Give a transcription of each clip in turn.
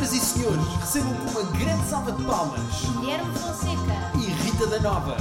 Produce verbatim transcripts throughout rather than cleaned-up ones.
Senhoras e senhores, recebam com uma grande salva de palmas Guilherme Fonseca e Rita da Nova.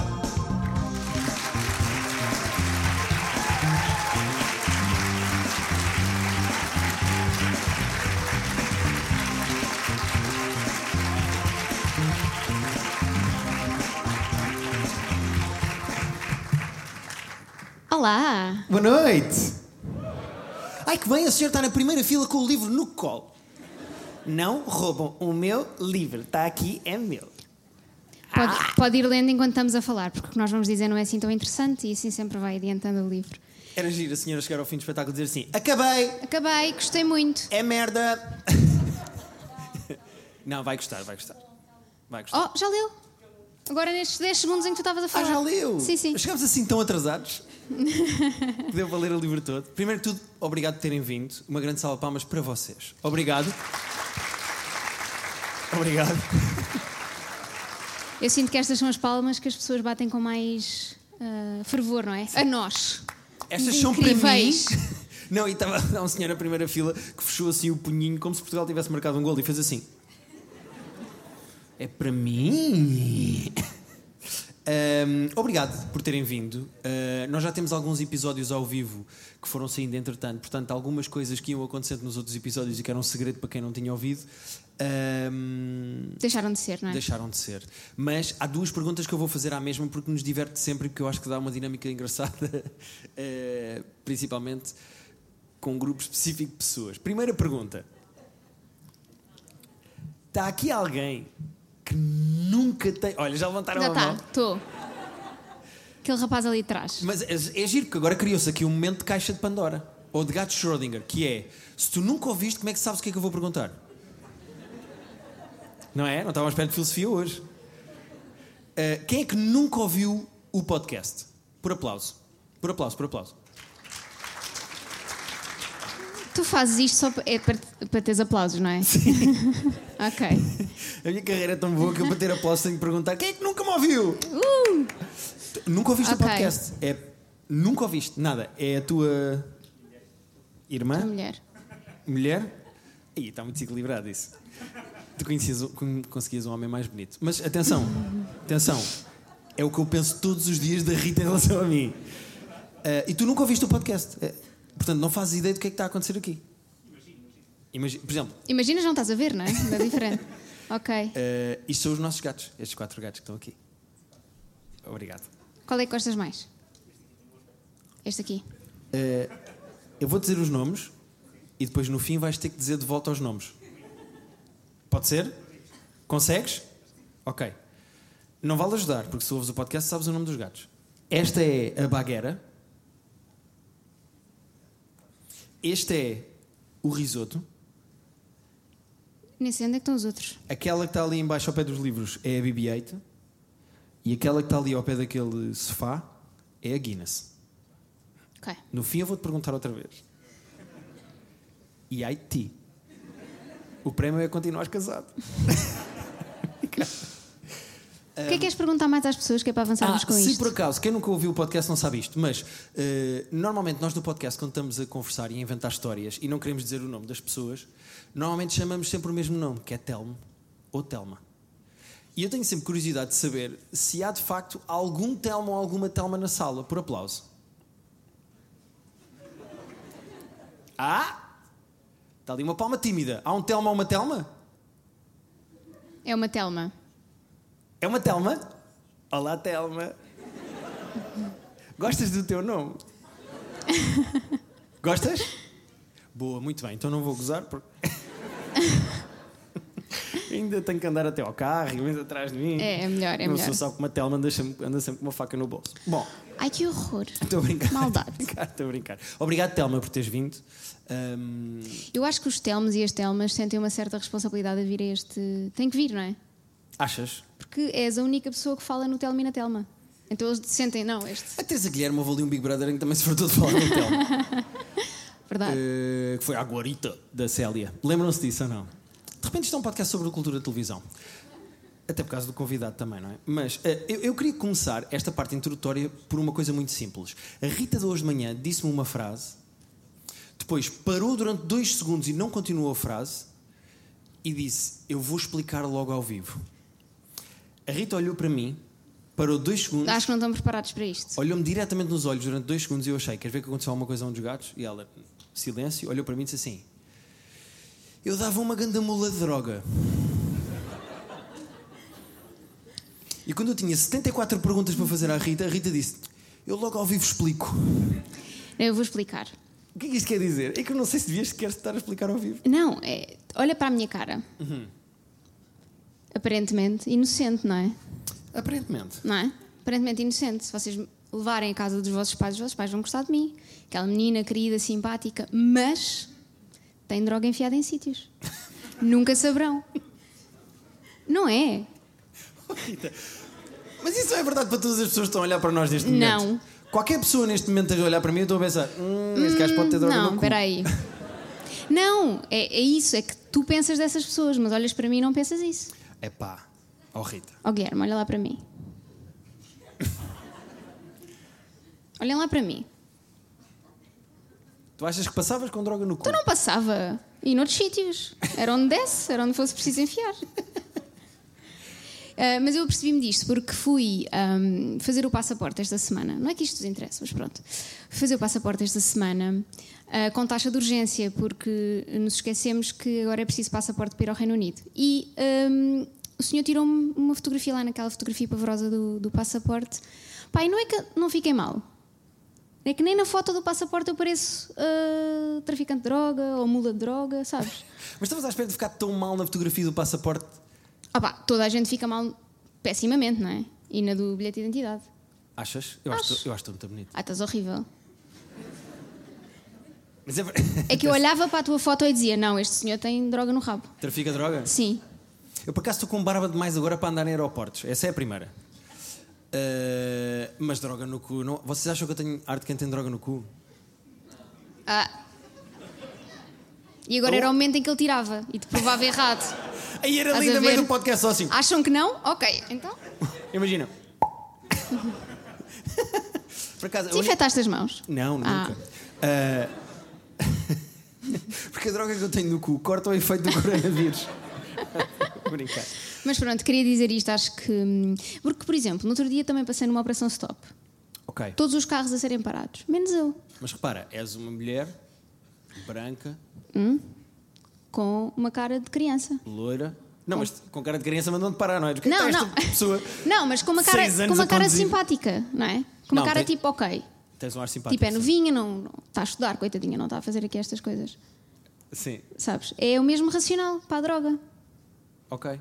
Olá! Boa noite! Ai que bem, a senhora está na primeira fila com o livro no colo. Não roubam o meu livro, está aqui, é meu. Pode, Ah. pode ir lendo enquanto estamos a falar, porque o que nós vamos dizer não é assim tão interessante e assim sempre vai adiantando o livro. Era giro a senhora chegar ao fim do espetáculo e dizer assim: acabei, Acabei, gostei muito. é merda. Não, vai gostar, vai gostar. Vai gostar. Oh, já leu? Agora nestes dez segundos em que tu estavas a Ah, falar. já leu? Sim, sim. Chegamos assim tão atrasados. Deu para ler o livro todo. Primeiro de tudo, obrigado por terem vindo. Uma grande salva de palmas para vocês. Obrigado. Obrigado. Eu sinto que estas são as palmas que as pessoas batem com mais ah, fervor, não é? A nós. Estas são para mim. Incríveis. Não, e estava lá um senhor na primeira fila que fechou assim o punhinho como se Portugal tivesse marcado um gol e fez assim. É para mim. Um, obrigado por terem vindo. Uh, nós já temos alguns episódios ao vivo que foram saindo entretanto, portanto, algumas coisas que iam acontecendo nos outros episódios e que eram um segredo para quem não tinha ouvido um, Deixaram de ser, não é? deixaram de ser. Mas há duas perguntas que eu vou fazer à mesma porque nos diverte sempre e porque eu acho que dá uma dinâmica engraçada, uh, principalmente com um grupo específico de pessoas. Primeira pergunta: está aqui alguém que nunca tem... Olha, já levantaram Já a está, mão. estou. Aquele rapaz ali atrás. Mas é, é giro, porque agora criou-se aqui um momento de caixa de Pandora. Ou de gato Schrödinger, que é... Se tu nunca ouviste, como é que sabes o que é que eu vou perguntar? Não é? Não estava à espera de filosofia hoje. Uh, quem é que nunca ouviu o podcast? Por aplauso. Por aplauso, por aplauso. Tu fazes isto só para, é para, para teres aplausos, não é? Sim. Ok. A minha carreira é tão boa que eu para ter aplauso tenho que perguntar: quem é que nunca me ouviu? Uh! Tu nunca ouviste Ok. o podcast? É... Nunca ouviste nada. É a tua... Irmã? A mulher. Mulher? Ih, está muito desequilibrado isso. Tu conhecias, con- conseguias um homem mais bonito. Mas atenção, atenção. É o que eu penso todos os dias da Rita em relação a mim. Uh, e tu nunca ouviste o podcast. Uh, portanto, não fazes ideia do que é que está a acontecer aqui. Imagina, por exemplo, Imaginas, não estás a ver, não é? É diferente. Ok. uh, isto são os nossos gatos. Estes quatro gatos que estão aqui. Obrigado. Qual é que gostas mais? Este aqui. Uh, eu vou dizer os nomes e depois no fim vais ter que dizer de volta os nomes. Pode ser? Consegues? Ok. Não vale ajudar, porque se ouves o podcast sabes o nome dos gatos. Esta é a Baguera. Este é o Risoto. Nem sei onde é que estão os outros. Aquela que está ali em baixo ao pé dos livros é a B B oito. E aquela que está ali ao pé daquele sofá é a Guinness. Ok. No fim eu vou-te perguntar outra vez. E Haiti. O prémio é continuar casado. O que é que queres perguntar mais às pessoas que é para avançarmos Ah, com se isto? por acaso, quem nunca ouviu o podcast não sabe isto, mas eh, normalmente nós no podcast, quando estamos a conversar e a inventar histórias e não queremos dizer o nome das pessoas, normalmente chamamos sempre o mesmo nome, que é Telmo ou Telma. E eu tenho sempre curiosidade de saber se há de facto algum Telmo ou alguma Telma na sala, por aplauso. Ah! Está ali uma palma tímida. Há um Telmo ou uma Telma? É uma Telma. É uma Telma? Olá, Telma. Gostas do teu nome? Gostas? Boa, muito bem. Então não vou gozar porque... Ainda tenho que andar até ao carro e vem atrás de mim. É, é melhor, é Uma melhor. pessoa sabe que uma Telma anda sempre, anda sempre com uma faca no bolso. Bom, Ai, que horror. estou a brincar. Maldade. Estou a brincar, estou a brincar. Obrigado, Telma, por teres vindo. Ahm, Eu acho que os Telmos e as Telmas sentem uma certa responsabilidade de vir a este... Tem que vir, não é? achas? Porque és a única pessoa que fala no Telmo e na Telma. Então eles sentem, não, este... A Teresa Guilherme houve ali um Big Brother em que também se fartou de falar no Telma. Verdade. Uh, que foi a Guarita da Célia. Lembram-se disso ou não? De repente isto é um podcast sobre a cultura de televisão. Até por causa do convidado também, não é? Mas uh, eu, eu queria começar esta parte introdutória por uma coisa muito simples. A Rita de hoje de manhã disse-me uma frase, depois parou durante dois segundos e não continuou a frase, e disse: eu vou explicar logo ao vivo. A Rita olhou para mim, parou dois segundos. Acho que não estão preparados para isto. Olhou-me diretamente nos olhos durante dois segundos e eu achei: queres ver que aconteceu alguma coisa a um dos gatos? E ela, silêncio, olhou para mim e disse assim: eu dava uma gandamula de droga. E quando eu tinha setenta e quatro perguntas para fazer à Rita, a Rita disse: eu logo ao vivo explico. Eu vou explicar. O que é que isto quer dizer? É que eu não sei se devias sequer estar a explicar ao vivo. Não, é, olha para a minha cara. Uhum. Aparentemente inocente, não é? Aparentemente. Não é? Aparentemente inocente. Se vocês levarem a casa dos vossos pais, os vossos pais vão gostar de mim. Aquela menina querida, simpática, mas tem droga enfiada em sítios. Nunca saberão. Não é? Oh, Rita, mas isso é verdade para todas as pessoas que estão a olhar para nós neste momento? Não. Qualquer pessoa neste momento esteja a olhar para mim, eu estou a pensar: hum, este gajo pode ter droga no cu. Não, espera aí. Não, é, é isso. É que tu pensas dessas pessoas, mas olhas para mim e não pensas isso. É pá, ó oh, Rita. Ó oh, Guilherme, olha lá para mim. Olhem lá para mim. Tu achas que passavas com droga no cu? Tu não passava. E noutros sítios. Era onde desse, era onde fosse preciso enfiar. Uh, mas eu percebi-me disto porque fui um, fazer o passaporte esta semana. Não é que isto vos interessa, mas pronto. Fui fazer o passaporte esta semana uh, com taxa de urgência, porque nos esquecemos que agora é preciso passaporte para ir ao Reino Unido. E um, o senhor tirou-me uma fotografia lá, naquela fotografia pavorosa do, do passaporte. Pai, não é que não fiquei mal. É que nem na foto do passaporte eu pareço uh, traficante de droga ou mula de droga, sabes? Mas estavas à espera de ficar tão mal na fotografia do passaporte? Ah pá, toda a gente fica mal pessimamente, não é? E na do bilhete de identidade. Achas? Eu acho, acho. eu acho que estou muito bonito. Ah, estás horrível. Mas é... é que eu olhava para a tua foto e dizia: não, este senhor tem droga no rabo. Trafica droga? Sim. Eu por acaso estou com barba demais agora para andar em aeroportos. Essa é a primeira. Uh, mas droga no cu não... Vocês acham que eu tenho arte de quem tem droga no cu? Ah. E agora oh. era o momento em que ele tirava e te provava errado. Aí era ali no meio do podcast só assim. Acham que não? Ok, então. Imagina. Por acaso, Desinfetaste as mãos? Não, nunca. Ah. Uh... Porque a droga que eu tenho no cu corta o efeito do coronavírus. Brincar. Mas pronto, queria dizer isto, acho que... Porque, por exemplo, no outro dia também passei numa operação stop. Ok. Todos os carros a serem parados, menos eu. Mas repara, és uma mulher branca... Hum? Com uma cara de criança. Loira. Não, com... mas com cara de criança mandam-te parar, não é? Porque não, é não. Pessoa não, mas com uma cara, com uma cara simpática, não é? Com uma não, cara tem... tipo, ok. Tens um ar simpático. Tipo, é novinha, não, não está a estudar, coitadinha, não está a fazer aqui estas coisas. Sim. Sabes? É o mesmo racional para a droga. Ok.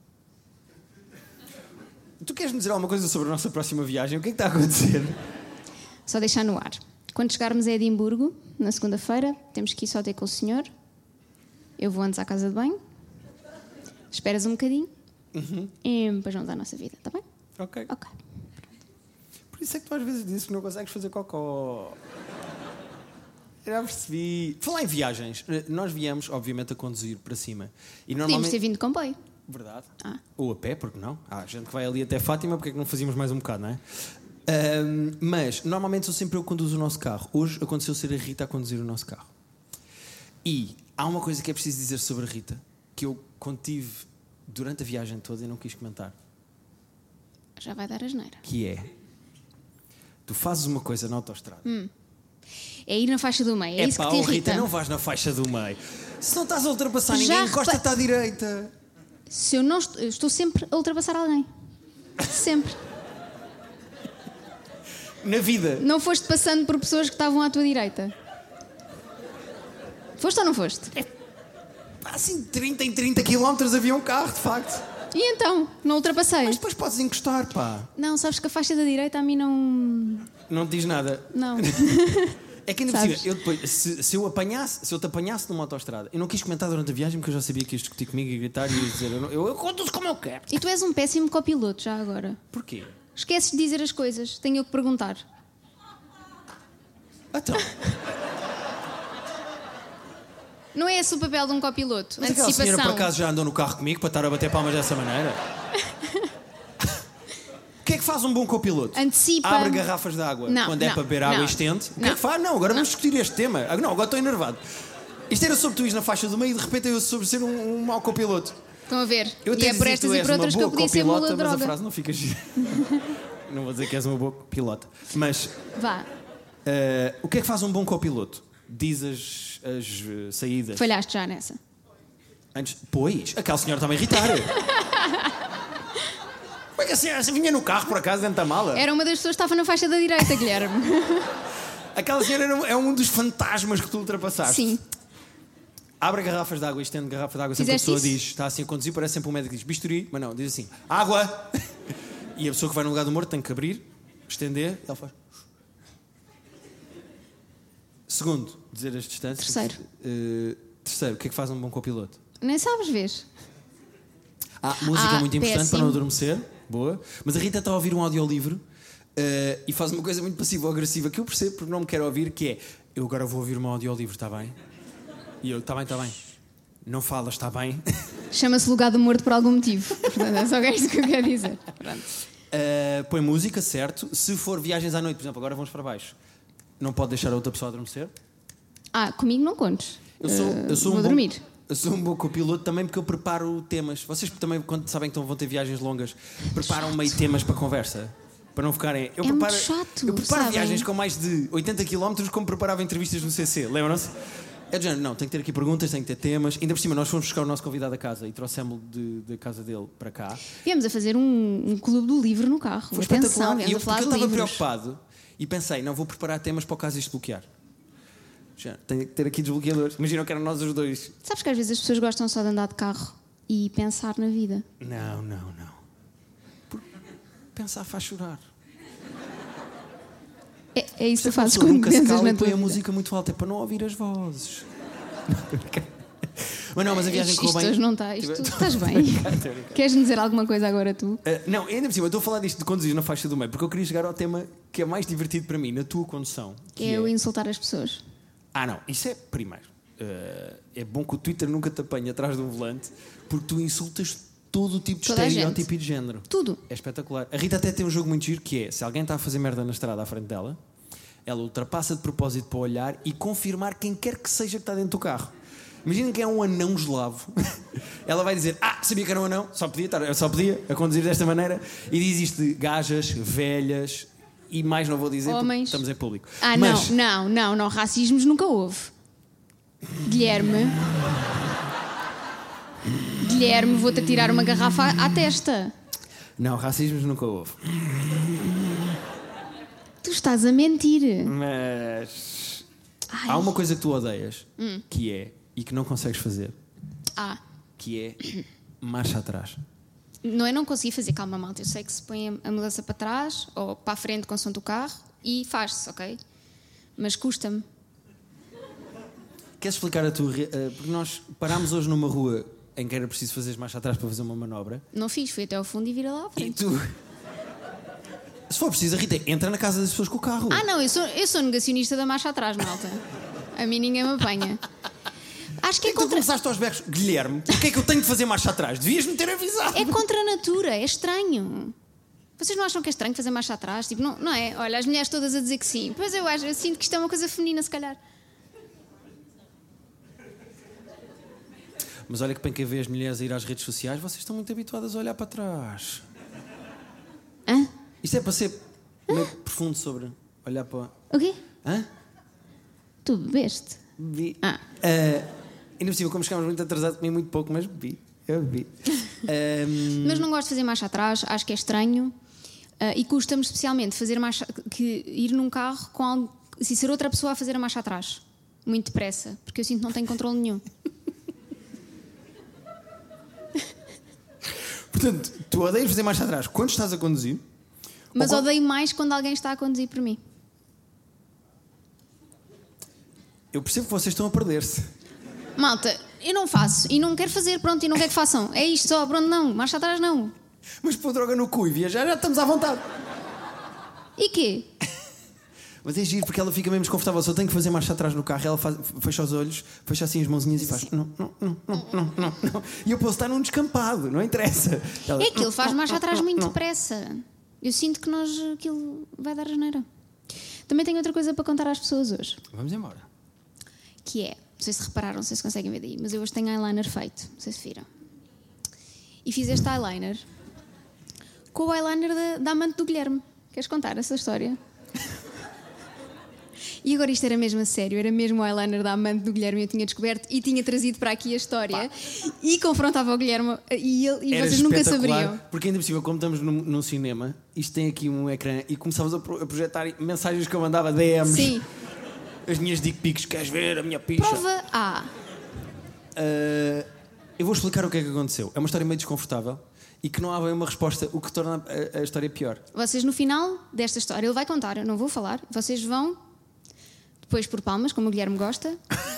Tu queres me dizer alguma coisa sobre a nossa próxima viagem? O que é que está a acontecer? Só deixar no ar. Quando chegarmos a Edimburgo, na segunda-feira, temos que ir só ter com o senhor. Eu vou antes à casa de banho. Esperas um bocadinho. Uhum. E depois vamos à nossa vida, está bem? Ok. Ok. Por isso é que tu às vezes dizes que não consegues fazer cocó. Já percebi. Falar em viagens, nós viemos, obviamente, a conduzir para cima. E normalmente... Podíamos ter vindo de comboio. Verdade. Ah. Ou a pé, porque não? Há gente que vai ali até Fátima, porque é que não fazíamos mais um bocado, não é? Um, mas, normalmente sou sempre eu que conduzo o nosso carro. Hoje aconteceu ser a Rita a conduzir o nosso carro. E há uma coisa que é preciso dizer sobre a Rita, que eu contive durante a viagem toda e não quis comentar. Já vai dar asneira. Que é... Tu fazes uma coisa na autoestrada. Hum. É ir na faixa do meio, é, é isso pá, que te irrita. Rita, não vais na faixa do meio. Se não estás a ultrapassar Já ninguém, repa... encosta-te à direita. Se eu não estou, eu estou sempre a ultrapassar alguém. Sempre. Na vida. Não foste passando por pessoas que estavam à tua direita? Foste ou não foste? É, assim, trinta em trinta quilómetros havia um carro, de facto. E então? Não ultrapassei? Mas depois podes encostar, pá. Não, sabes que a faixa da direita a mim não... Não te diz nada. Não. É que ainda por cima, eu depois, se, se eu apanhasse, se eu te apanhasse numa autoestrada, eu não quis comentar durante a viagem porque eu já sabia que ias discutir comigo e gritar e ias dizer, eu, eu, eu conto-se como eu quero. E tu és um péssimo copiloto já agora. Porquê? Esqueces de dizer as coisas, tenho eu que perguntar. Então. Não é esse o papel de um copiloto? Mas antecipação. Aquela senhora por acaso já andou no carro comigo para estar a bater palmas dessa maneira? O que é que faz um bom copiloto? Antecipa. Abre garrafas de água não, quando é não, para beber água não, e estende. O que não, é que faz? Não, agora não. vamos discutir este tema. Não, agora estou enervado. Isto era sobre tu ires na faixa do meio e de repente eu sobre ser um, um mau copiloto. Estão a ver? Eu E é por estas e por outras que eu podia ser mula de mas a droga. frase não fica gira. Não vou dizer que és uma boa pilota. Mas Vá, uh, o que é que faz um bom copiloto? Diz as, as uh, saídas. falhaste já nessa. Antes, pois, aquela senhora está-me a irritar. Como é que a senhora se vinha no carro por acaso dentro da mala? Era uma das pessoas que estava na faixa da direita, Guilherme. Aquela senhora era um- é um dos fantasmas que tu ultrapassaste. Sim. Abre garrafas de água e estende garrafa de água. Sempre a Fizeste pessoa isso? diz, está assim a conduzir, parece sempre um médico que diz bisturi, mas não, diz assim, água. E a pessoa que vai no lugar do morto tem que abrir, estender, e ela faz. Segundo, dizer as distâncias. Terceiro. Uh, terceiro, o que é que faz um bom copiloto? Nem sabes ver. Ah, música Ah, é muito importante péssimo. para não adormecer. Boa. Mas a Rita está a ouvir um audiolivro uh, e faz uma coisa muito passivo-agressiva que eu percebo porque não me quero ouvir, que é eu agora vou ouvir um audiolivro, está bem? E eu, está bem, está bem. Não falas, está bem? Chama-se lugar do morto por algum motivo. Portanto, é só isto que eu quero dizer. Pronto. Uh, põe música, certo. Se for viagens à noite, por exemplo, agora vamos para baixo, não pode deixar a outra pessoa adormecer. Ah, comigo não contes. Eu sou, Uh, eu sou vou um bom, dormir. eu sou um bom copiloto também porque eu preparo temas. Vocês também, quando sabem que vão ter viagens longas, preparam meio temas para conversa? Para não ficarem. Eu É preparo, muito chato, eu preparo sabem? viagens com mais de oitenta quilómetros como preparava entrevistas no C C, lembram-se? É do género, não, tem que ter aqui perguntas, tem que ter temas. Ainda por cima, nós fomos buscar o nosso convidado a casa e trouxemos-lo da casa dele para cá. Viemos a fazer um, um clube do livro no carro. Foi Atenção, espetacular. E viemos eu, a falar porque eu de estava livros. preocupado e pensei, não, vou preparar temas para o caso isto bloquear. Já, tenho que ter aqui desbloqueadores. Imaginam que eram nós os dois. Sabes que às vezes as pessoas gostam só de andar de carro e pensar na vida. Não, não, não. Porque pensar faz chorar. É, é isso que tu Por fazes isso é que uma quando pessoa nunca se pensas cala na e tua põe a vida. música muito alta, é para não ouvir as vozes. Mas não, mas a viagem Isto correu bem. hoje não está. Isto, Tive- estás bem? Estou a brincar, estou a brincar. Queres-me dizer alguma coisa agora tu? Uh, não, ainda por cima, eu estou a falar disto de conduzir na faixa do meio, porque eu queria chegar ao tema que é mais divertido para mim, na tua condução. Que É é... eu insultar as pessoas. Ah, não, isso é primeiro. Uh, é bom que o Twitter nunca te apanhe atrás de um volante, porque tu insultas todo o tipo de Toda a estereótipo e de género. Tudo. É espetacular. A Rita até tem um jogo muito giro que é: se alguém está a fazer merda na estrada à frente dela, ela ultrapassa de propósito para olhar e confirmar quem quer que seja que está dentro do carro. Imaginem que é um anão eslavo. Ela vai dizer: ah, sabia que era um anão, só podia, estar, só podia a conduzir desta maneira. E diz isto de gajas, velhas e mais não vou dizer porque Homens. estamos em público. Ah, Mas, não, não, não, não. Racismos nunca houve. Guilherme. Guilherme, vou-te atirar uma garrafa à à testa. Não, racismos nunca houve. Tu estás a mentir. Mas Ai. há uma coisa que tu odeias, que é, e que não consegues fazer, Ah, que é marcha atrás. não é não conseguir fazer, calma, malta. Eu sei que se põe a- a mudança para trás ou para a frente com o som do carro e faz-se, ok? Mas custa-me. Queres explicar a tua... re- eh, porque nós parámos hoje numa rua em que era preciso fazer marcha atrás para fazer uma manobra. Não fiz, fui até ao fundo e vira lá à E frente. tu... Se for preciso, a Rita entra na casa das pessoas com o carro. Ah, não, eu sou, eu sou negacionista da marcha atrás, malta. A mim ninguém me apanha. Acho que é E tu contra, começaste aos berros. Guilherme, porquê é que eu tenho de fazer marcha atrás? Devias-me ter avisado. é contra a natura, é estranho. Vocês não acham que é estranho fazer marcha atrás? Tipo, não, não é? Olha, as mulheres todas a dizer que sim. Pois eu acho, eu sinto que isto é uma coisa feminina, se calhar. Mas olha que bem que a ver as mulheres a ir às redes sociais, vocês estão muito habituadas a olhar para trás. Hã? Isto é para ser meio profundo sobre olhar para... O quê? Hã? Tu bebeste? Vi. Ah. Uh, ainda por cima, como chegámos muito atrasados, comi muito pouco, mas vi. Eu vi. Um, Mas não gosto de fazer marcha atrás, acho que é estranho. Ah, e custa-me especialmente fazer marcha, que ir num carro com algo, se ser outra pessoa a fazer a marcha atrás. Muito depressa, porque eu sinto que não tenho controle nenhum. Portanto, tu odeias fazer marcha atrás quando estás a conduzir. Mas ou quando... odeio mais quando alguém está a conduzir por mim. Eu percebo que vocês estão a perder-se. Malta, eu não faço e não quero fazer, pronto, e não quero que façam. É isto só, pronto, não, marcha atrás não. Mas pôr droga no cu e viajar já estamos à vontade. E quê? Mas é giro porque ela fica mesmo desconfortável. Se eu tenho que fazer marcha atrás no carro, ela faz, fecha os olhos, fecha assim as mãozinhas e faz não, não, não, não, não, não, não. E eu posso estar num descampado, não interessa. Ela, É que ele faz não, marcha não, atrás não, muito não. depressa. Eu sinto que nós, aquilo vai dar asneira. Também tenho outra coisa para contar às pessoas hoje. Vamos embora. Que é, sei se repararam, não sei se conseguem ver daí, mas eu hoje tenho eyeliner feito, não sei se viram. E fiz este eyeliner com o eyeliner da, da amante do Guilherme. Queres contar essa história? E agora isto era mesmo a sério, era mesmo o eyeliner da amante do Guilherme, eu tinha descoberto e tinha trazido para aqui a história. Pá. E confrontava o Guilherme e, ele, e vocês nunca saberiam. Porque ainda por cima, como estamos num, num cinema, isto tem aqui um ecrã e começávamos a, pro, a projetar mensagens que eu mandava, D Ms. Sim. As minhas dick pics, queres ver a minha picha? Prova A. Uh, eu vou explicar o que é que aconteceu. É uma história meio desconfortável e que não há bem uma resposta, o que torna a, a história pior. Vocês no final desta história, ele vai contar, eu não vou falar, vocês vão, depois por palmas, como o Guilherme gosta,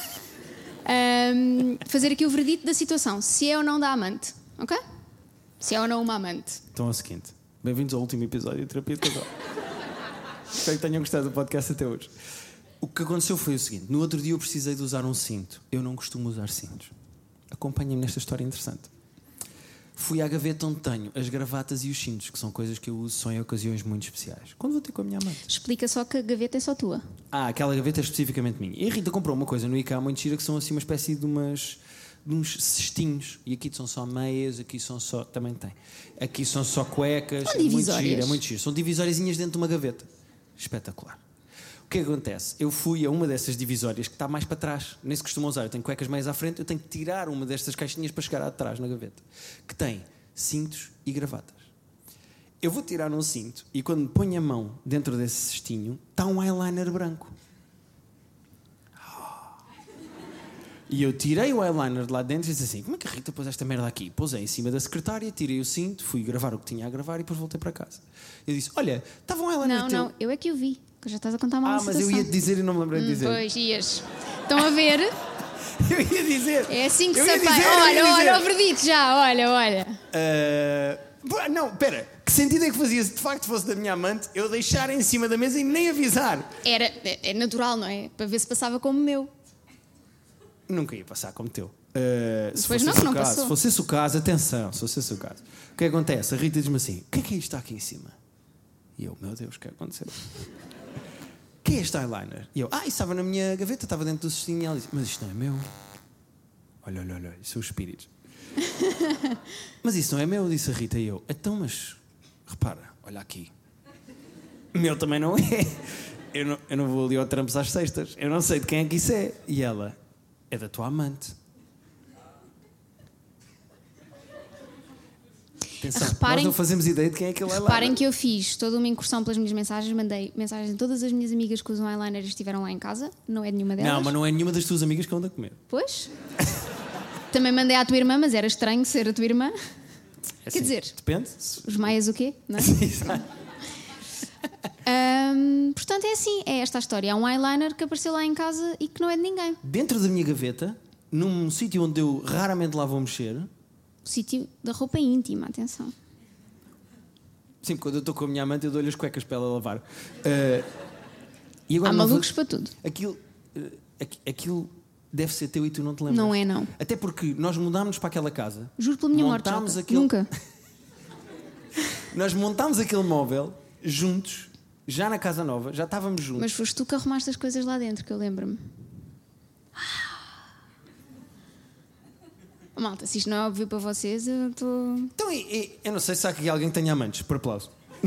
um, fazer aqui o veredito da situação, se é ou não da amante, ok? Se é ou não uma amante. Então é o seguinte, bem-vindos ao último episódio de Terapia de Casal. Espero que tenham gostado do podcast até hoje. O que aconteceu foi o seguinte, no outro dia eu precisei de usar um cinto. Eu não costumo usar cintos. Acompanhem-me nesta história interessante. Fui à gaveta onde tenho as gravatas e os cintos, que são coisas que eu uso só em ocasiões muito especiais. Quando vou ter com a minha amante. Explica só que a gaveta é só tua. Ah, aquela gaveta é especificamente minha. E a Rita comprou uma coisa no IKEA muito gira, que são assim uma espécie de umas... de uns cestinhos. E aqui são só meias, aqui são só... também tem. Aqui são só cuecas. São divisórias. Muito gira, muito gira. São divisóriazinhas dentro de uma gaveta. Espetacular. O que é que acontece? Eu fui a uma dessas divisórias que está mais para trás. Nem se costuma usar. Eu tenho cuecas meias à frente, eu tenho que tirar uma destas caixinhas para chegar atrás na gaveta. Que tem cintos e gravatas. Eu vou tirar um cinto e quando ponho a mão dentro desse cestinho está um eyeliner branco. E eu tirei o eyeliner de lá dentro e disse assim, como é que a Rita pôs esta merda aqui? Pousei em cima da secretária, tirei o cinto, fui gravar o que tinha a gravar e depois voltei para casa. Eu disse, olha, estava um eyeliner Não, teu... não, eu é que o vi, que já estás a contar mal Ah, a mas situação. eu ia-te dizer e não me lembrei de dizer. Hum, pois, ias. Estão a ver? Eu ia dizer. É assim que eu se ia apanha. dizer, eu ia Olha, dizer. olha o verdito já, olha, olha. Uh... Não, espera, que sentido é que fazia se de facto fosse da minha amante eu deixar em cima da mesa e nem avisar? Era, é, é natural, não é? Para ver se passava como meu. Nunca ia passar como teu. Uh, se Pois fosse não, esse não o caso, passou. se fosse esse o caso, atenção, se fosse esse o caso. O que acontece? A Rita diz-me assim: o que é que é isto que está aqui em cima? E eu, meu Deus, o que é que aconteceu? O que é este eyeliner? E eu, ah, isso estava na minha gaveta, estava dentro do cestinho. E ela diz, mas isto não é meu. Olha, olha, olha, isso são os espíritos. Mas isso não é meu, disse a Rita. E eu, então, mas repara, olha aqui. Meu também não é. Eu não, eu não vou ali ao trampos às sextas. Eu não sei de quem é que isso é. E ela, é da tua amante. Atenção, Reparem, nós não fazemos ideia de quem é aquele eyeliner. Reparem que eu fiz toda uma incursão pelas minhas mensagens, mandei mensagens a todas as minhas amigas que usam eyeliner e estiveram lá em casa. Não é de nenhuma delas. Não, mas não é nenhuma das tuas amigas que andam a comer. Pois. Também mandei à tua irmã, mas era estranho ser a tua irmã. É Quer assim, dizer, depende. os maias o quê? Não é? Exato. Hum, portanto, é assim, é esta a história. Há um eyeliner que apareceu lá em casa e que não é de ninguém. Dentro da minha gaveta, num sítio onde eu raramente lá vou mexer. O sítio da roupa íntima, atenção. Sim, quando eu estou com a minha amante eu dou-lhe as cuecas para ela lavar. Uh, e agora Há não malucos vou... para tudo. Aquilo, uh, aqu- aquilo deve ser teu e tu não te lembras. Não é, não. Até porque nós mudámos para aquela casa. Juro pela minha morte, montámos Jota. aquele... Nunca. Nós montámos aquele móvel juntos, já na casa nova, já estávamos juntos. Mas foste tu que arrumaste as coisas lá dentro, que eu lembro-me. Oh, malta, se isto não é óbvio para vocês, eu estou... Então, e, e, eu não sei se há aqui alguém que tenha amantes, por aplauso.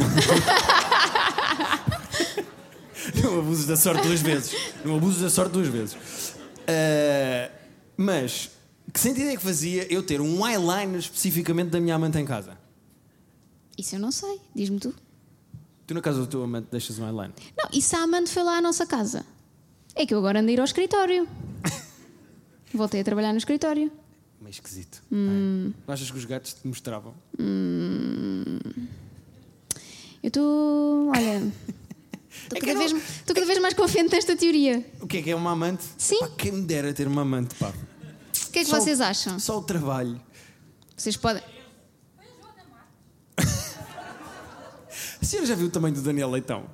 Não abuses da sorte duas vezes. Não abuses da sorte duas vezes. Uh, mas, que sentido é que fazia eu ter um eyeliner especificamente da minha amante em casa? Isso eu não sei, diz-me tu. Tu na casa do teu amante deixas um eyeliner? Não, e se a amante foi lá à nossa casa? É que eu agora ando a ir ao escritório. Voltei a trabalhar no escritório. Meio esquisito. Hum. Não achas que os gatos te mostravam? Hum. Eu estou... Olha... Estou É que cada, eu vez, não- estou cada vez mais confiante nesta teoria. O que é que é uma amante? Sim. Pá, quem me dera ter uma amante, pá. O que é que Só o- vocês acham? Só o trabalho. Vocês podem... A senhora já viu o tamanho do Daniel Leitão?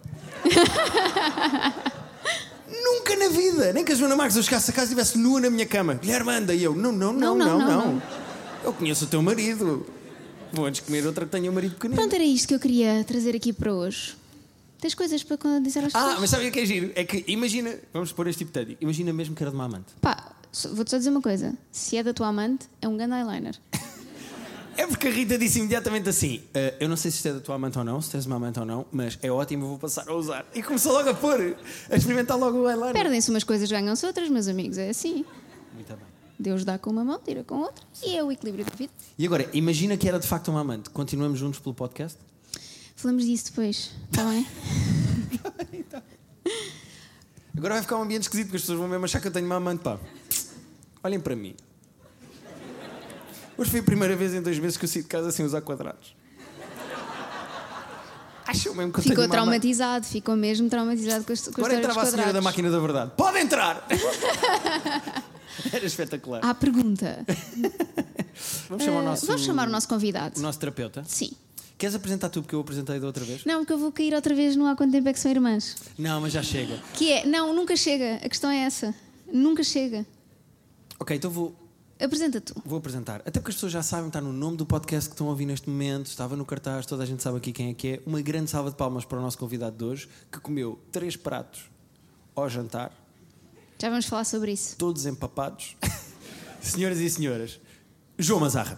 Nunca na vida! Nem que a Joana Marques eu chegasse a casa e estivesse nua na minha cama. Guilherme, anda! E eu, não, não, não, não, Não, não, não, não. Eu conheço o teu marido. Vou antes comer outra que tenha um marido pequenino. Pronto, era isto que eu queria trazer aqui para hoje. Tens coisas para dizer às Ah, pessoas? mas sabe o que é giro? É que imagina, vamos pôr este hipotético. Imagina mesmo que era de uma amante. Pá, Vou-te só dizer uma coisa. Se é da tua amante, é um grande eyeliner. É porque a Rita disse imediatamente assim: uh, eu não sei se isto é da tua amante ou não, se tens uma amante ou não, mas é ótimo, eu vou passar a usar. E começou logo a pôr, a experimentar logo o eyeliner. Perdem-se umas coisas, ganham-se outras, meus amigos, é assim. Muito bem. Deus dá com uma mão, tira com outra, e é o equilíbrio da vida. E agora, imagina que era de facto uma amante. Continuamos juntos pelo podcast? Falamos disso depois, está bem? Agora vai ficar um ambiente esquisito, porque as pessoas vão mesmo achar que eu tenho uma amante, pá. Olhem para mim. Hoje foi a primeira vez em dois meses que eu saí de casa sem usar quadrados. Acham mesmo que eu Ficou tenho uma traumatizado, amante? ficou mesmo traumatizado com, a, com a Agora história dos entrava a senhora quadrados. da máquina da verdade. Pode entrar! Era espetacular. À pergunta. Vamos chamar o Uh, nosso... Vamos chamar o nosso convidado. O nosso terapeuta? Sim. Queres apresentar tu, porque eu apresentei da outra vez? Não, porque eu vou cair outra vez no há quanto tempo é que são irmãs. Não, mas já chega. Que é, não, nunca chega. A questão é essa. Nunca chega. Ok, então vou, Apresenta tu. vou apresentar. Até porque as pessoas já sabem, está no nome do podcast que estão a ouvir neste momento, estava no cartaz, toda a gente sabe aqui quem é que é. Uma grande salva de palmas para o nosso convidado de hoje, que comeu três pratos ao jantar, Já vamos falar sobre isso. todos empapados. Senhoras e senhores, João Mazarra.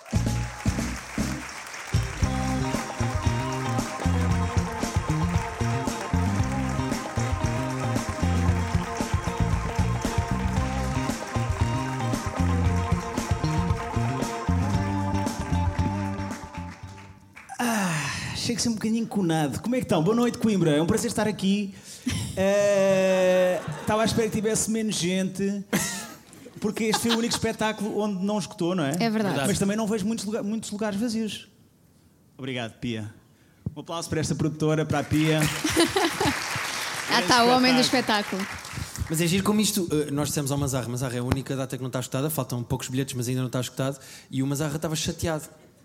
Chego-se um bocadinho conado. Como é que estão? Boa noite, Coimbra. É um prazer estar aqui. Uh, Estava à espera que tivesse menos gente, porque este foi o único espetáculo onde não escutou, não é? É verdade. Mas também não vejo muitos, lugar, muitos lugares vazios. Obrigado, Pia. Um aplauso para esta produtora, para a Pia. Ah, está, o homem do espetáculo. Mas é giro como isto, uh, nós dissemos ao Mazarra, Mazarra é a única data que não está escutada, faltam poucos bilhetes, mas ainda não está escutado, e o Mazarra estava chateado.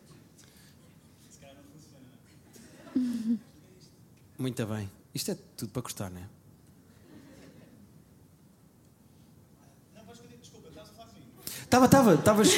Muito bem. Isto é tudo para gostar, não é? Estava, estava, estavas...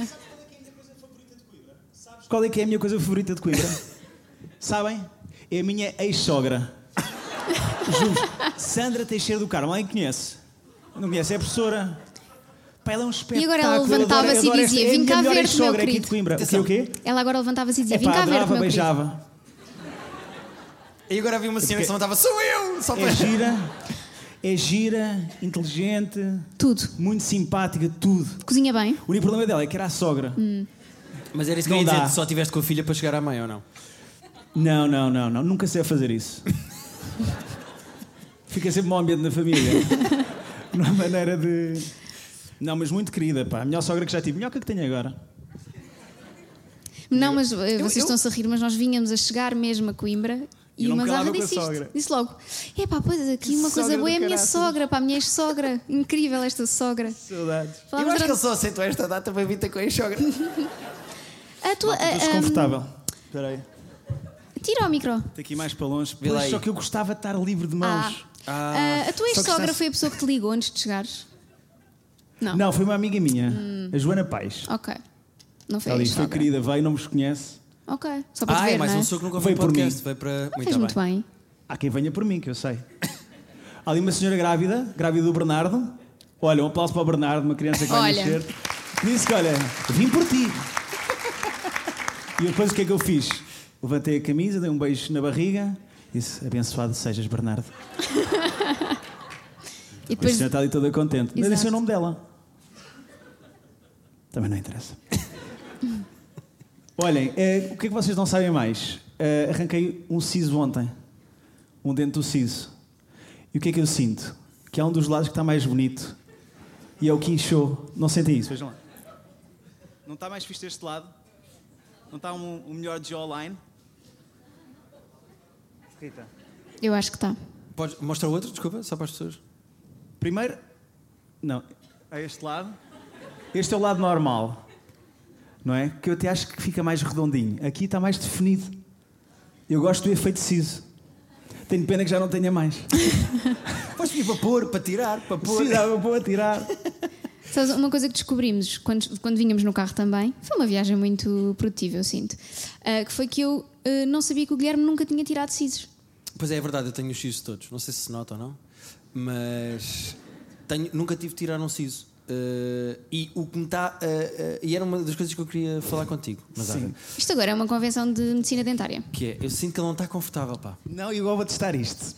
Qual é que é a minha coisa favorita de Coimbra? Sabem? É a minha ex-sogra. Juro. Sandra Teixeira do Carmo. Alguém conhece? Não conhece? É a professora. Pá, ela é um espetáculo. E agora ela levantava-se e dizia: vim cá ver-te, meu aqui de querido. Coimbra. O quê, o quê? Ela agora levantava-se e dizia: É vim pá, cá ver-te, adorava, meu querido. beijava. E agora havia uma senhora que se levantava, sou eu! Só para... É gira, é gira, inteligente, Tudo. muito simpática, tudo. Cozinha bem. O único problema dela é que era a sogra. Hum. Mas era isso que eu Não ia dizer, dá. só tiveste com a filha para chegar à mãe ou não? Não, não, não, não. Nunca sei fazer isso. Fica sempre mau ambiente na família. Não há maneira de... Não, mas muito querida, pá. A melhor sogra que já tive. Melhor que a que tenho agora. Não, mas uh, vocês eu- estão-se a rir, mas nós vinhamos a chegar mesmo a Coimbra E e não o me Mazarra calava com a disse isto. sogra. Disse logo: é pá, pois aqui uma Sogra coisa boa do é a minha caraças. sogra, pá, a minha ex-sogra. Incrível esta sogra. Saudades. Eu Falámos acho que ele durante- só aceitou esta data para vir ter com a sogra. A tua, Estou a- a- desconfortável. Espera aí. Tira o micro. Tem aqui mais para longe. Vê lá Pois, aí. só que eu gostava de estar livre de mãos. Ah, Ah, a tua só que ex-sogra estás- foi a pessoa que te ligou antes de chegares? Não. Não, foi uma amiga minha, a Joana Paes. Ok. Não foi Ela a disse, foi ex-sogra. querida, veio, não vos conhece. Ok. Só para te ah ver, é mais não é? um senhor que nunca Veio foi por podcast. mim. Veio para... Não fez muito bem. Há quem venha por mim, que eu sei. Há ali uma senhora grávida, grávida do Bernardo. Olha, um aplauso para o Bernardo, uma criança que vai Olha. nascer. Disse que, olha, vim por ti. E depois o que é que eu fiz? Levantei a camisa, dei um beijo na barriga. Disse, abençoado sejas, Bernardo. E A depois senhora está ali toda contente. Mas Exato. esse é o nome dela. Também não interessa. Olhem, eh, o que é que vocês não sabem mais? Eh, arranquei um siso ontem. Um dente do siso. E o que é que eu sinto? Que é um dos lados que está mais bonito. E é o que inchou. Não sentem isso? Vejam lá. Não está mais fixe deste lado? Não está um, um melhor jawline? Rita. eu acho que está. Podes... Mostra o outro, desculpa, só para as pessoas. Primeiro... Não. A este lado. Este é o lado normal. Não é? Que eu até acho que fica mais redondinho. Aqui está mais definido. Eu gosto do efeito siso. Tenho pena que já não tenha mais. Podes vir para pôr, para tirar, para pôr. Sim, dava para tirar. Sabes, uma coisa que descobrimos quando, quando vínhamos no carro também, foi uma viagem muito produtiva, eu sinto, ah, que foi que eu ah, não sabia que o Guilherme nunca tinha tirado sisos. Pois é, é verdade, eu tenho os sisos todos. Não sei se se nota ou não, mas tenho... nunca tive de tirar um siso. Uh, e o que me está. Uh, uh, e era uma das coisas que eu queria falar contigo. Mas Sim. Isto agora é uma convenção de medicina dentária. Que é, eu sinto que ele não está confortável, pá. Não, igual vou testar isto.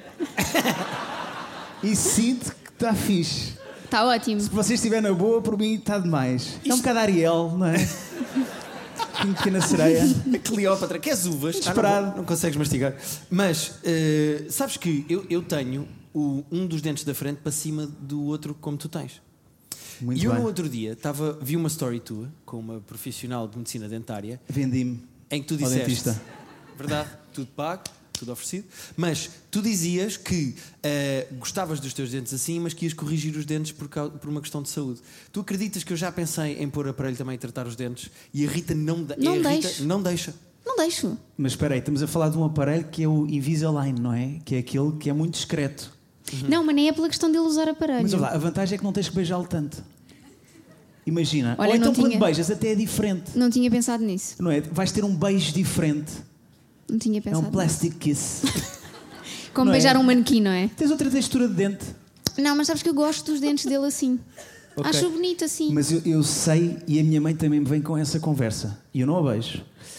E sinto que está fixe. Está ótimo. Se você estiver na boa, por mim está demais. É um bocado Ariel, não é? Um pequena sereia. A Cleópatra, queres uvas? Desesperado. Ah, não, não consegues mastigar. Mas, uh, sabes que eu, eu tenho o, um dos dentes da frente para cima do outro, como tu tens. Muito e eu bem. no outro dia tava, vi uma story tua com uma profissional de medicina dentária. Vendi-me. Em que tu ao disseste. dentista. Verdade, tudo pago, tudo oferecido. Mas tu dizias que uh, gostavas dos teus dentes assim, mas que ias corrigir os dentes por, causa, por uma questão de saúde. Tu acreditas que eu já pensei em pôr aparelho também e tratar os dentes? E a Rita não, de, Não a Rita deixo. não deixa. Não deixo. Mas espera aí, estamos a falar de um aparelho que é o Invisalign, não é? Que é aquele que é muito discreto. Uhum. Não, mas nem é pela questão de ele usar aparelho. Mas olha lá, a vantagem é que não tens que beijá-lo tanto. Imagina. Olha, Ou então não quando tinha- beijas até é diferente. Não tinha pensado nisso. Não é? Vais ter um beijo diferente. Não tinha É pensado um nisso. plastic kiss. Como não é? beijar um manequim, não é? Tens outra textura de dente. Não, mas sabes que eu gosto dos dentes dele assim. Ok. Acho bonito assim. Mas eu, eu sei, e a minha mãe também me vem com essa conversa. E eu não a beijo.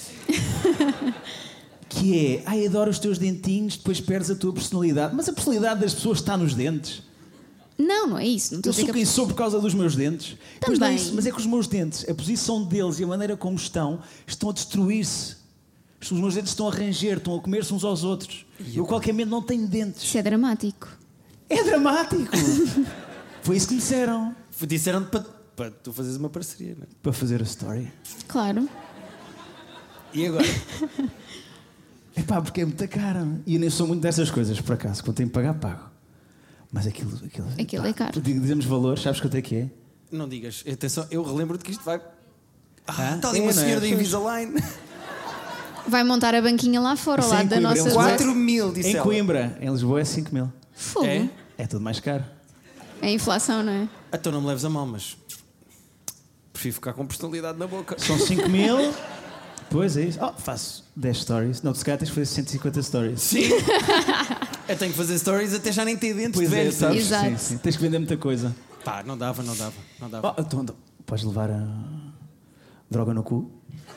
Que é, ai, adoro os teus dentinhos, depois perdes a tua personalidade. Mas a personalidade das pessoas está nos dentes. Não, não é isso. Não estou Eu a dizer sou que quem sou por causa dos meus dentes. Pois não é Também. isso, mas é que os meus dentes, a posição deles e a maneira como estão, estão a destruir-se. Os meus dentes estão a ranger, estão a comer-se uns aos outros. Eu, a qualquer momento, não tenho dentes. isso é dramático. É dramático. Foi isso que me disseram. Disseram-te para, para tu fazeres uma parceria, não é? Para fazer a story. Claro. E agora? É pá, porque é muita cara. E eu nem sou muito dessas coisas, por acaso. Quando tenho que pagar, pago. Mas aquilo... Aquilo, Aquilo pá, é caro. Dizemos valores, sabes quanto é que é? Não digas. Atenção, eu relembro-te que isto vai. Ah, Ah, está ali é, uma não é? senhora da Invisalign. Vai montar a banquinha lá fora, ao Isso é lado em da Coimbra, nossa é um rua. quatro mil, disse Em ela. Coimbra, em Lisboa é cinco mil. Fogo. É? É tudo mais caro. É inflação, não é? Então não me leves a mal, mas. Prefiro ficar com personalidade na boca. São cinco mil. Pois é isso. Oh, faço dez stories. Não, se calhar tens de fazer cento e cinquenta stories. Sim! Eu tenho que fazer stories até já nem ter dentes Pois de é, velho, sabes? Exato. Sim, sim. Tens que vender muita coisa. Pá, não dava, não dava, não dava. Oh, então, então, podes levar a droga no cu?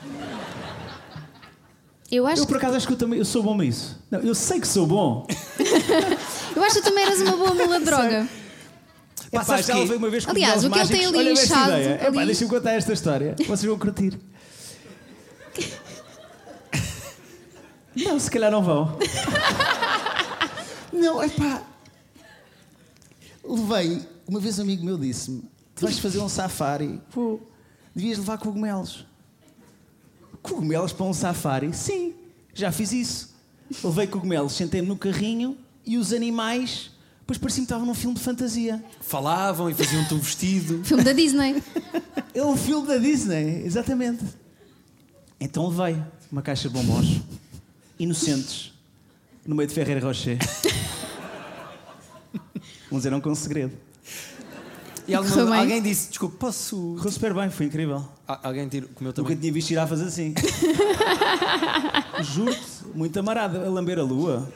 Eu acho, Eu, por acaso, acho que eu também eu sou bom nisso. Não, eu sei que sou bom. que, eu acho que tu também eras uma boa mula de droga. Pá, Epá, sabes já quê? levei uma vez com Aliás, os o que ele tem mágicos. ali Olha esta inchado, ideia. Epá, ali. deixa-me contar esta história. Vocês vão curtir. Não, se calhar não vão. Não, é pá. Levei. Uma vez um amigo meu disse-me: tu vais fazer um safari. Pô, devias levar cogumelos. Cogumelos para um safari? Sim, já fiz isso. Levei cogumelos, sentei-me no carrinho e os animais, depois parecia-me que estavam num filme de fantasia. Falavam e faziam-te um vestido. Filme da Disney. É um filme da Disney, exatamente. Então levei uma caixa de bombons inocentes no meio de Ferreira Rocher. Uns eram com segredo. E alguma- Correu bem? alguém disse: desculpe, posso. Correu super bem, foi incrível. Ah, alguém tira, comeu Nunca também. tinha visto girafas assim. Juro-te, muito amarada a lamber a lua.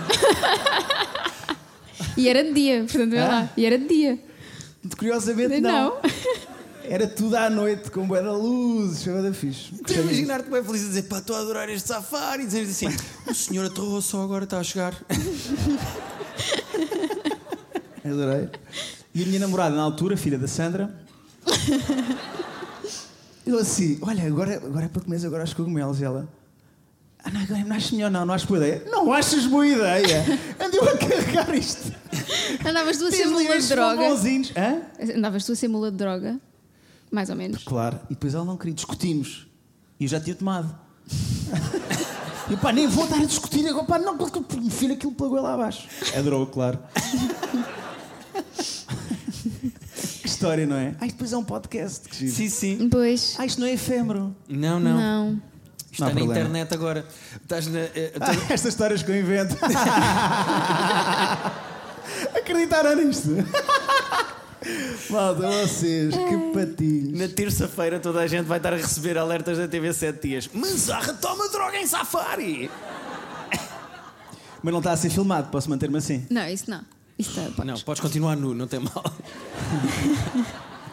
E era de dia, portanto, vê Ah? lá. E era de dia. Curiosamente, não. Não. Era tudo à noite, com bué da luz, foi bué da fixe. Estou a imaginar-te bem feliz a dizer: pá, estou a adorar este safari. E dizer assim: o senhor aterrou só agora, está a chegar. Adorei. E a minha namorada, na altura, filha da Sandra, eu assim, olha, agora, agora é para comer agora os cogumelos. E ela, ah, não, agora não acho melhor não, não acho boa ideia. Não achas boa ideia? Andei a carregar isto. Andavas tu a ser Tens ali mula de estes droga. bombonzinhos. Hã? Andavas tu a ser mula de droga. Mais ou menos. Claro. E depois ela não queria, discutimos. E eu já tinha tomado. E pá, nem vou estar a discutir agora, pá, não, porque me filho aquilo pela goela abaixo. É droga, claro. Que história, não é? Ah, isto depois é um podcast. Que giro. Sim, sim. Pois. Ah, isto não é efêmero. Não, não. Não. Isto Não há está na problema. internet agora. Estás na. eh, Ah, estas histórias que eu invento. Acreditaram nisto? Malta, vocês, que patinhos. Na terça-feira toda a gente vai estar a receber alertas da T V sete dias. Manzarra toma droga em safari! Mas não está a ser filmado, posso manter-me assim? Não, isso não. Isso tá, podes. Não, podes continuar nu, não tem mal.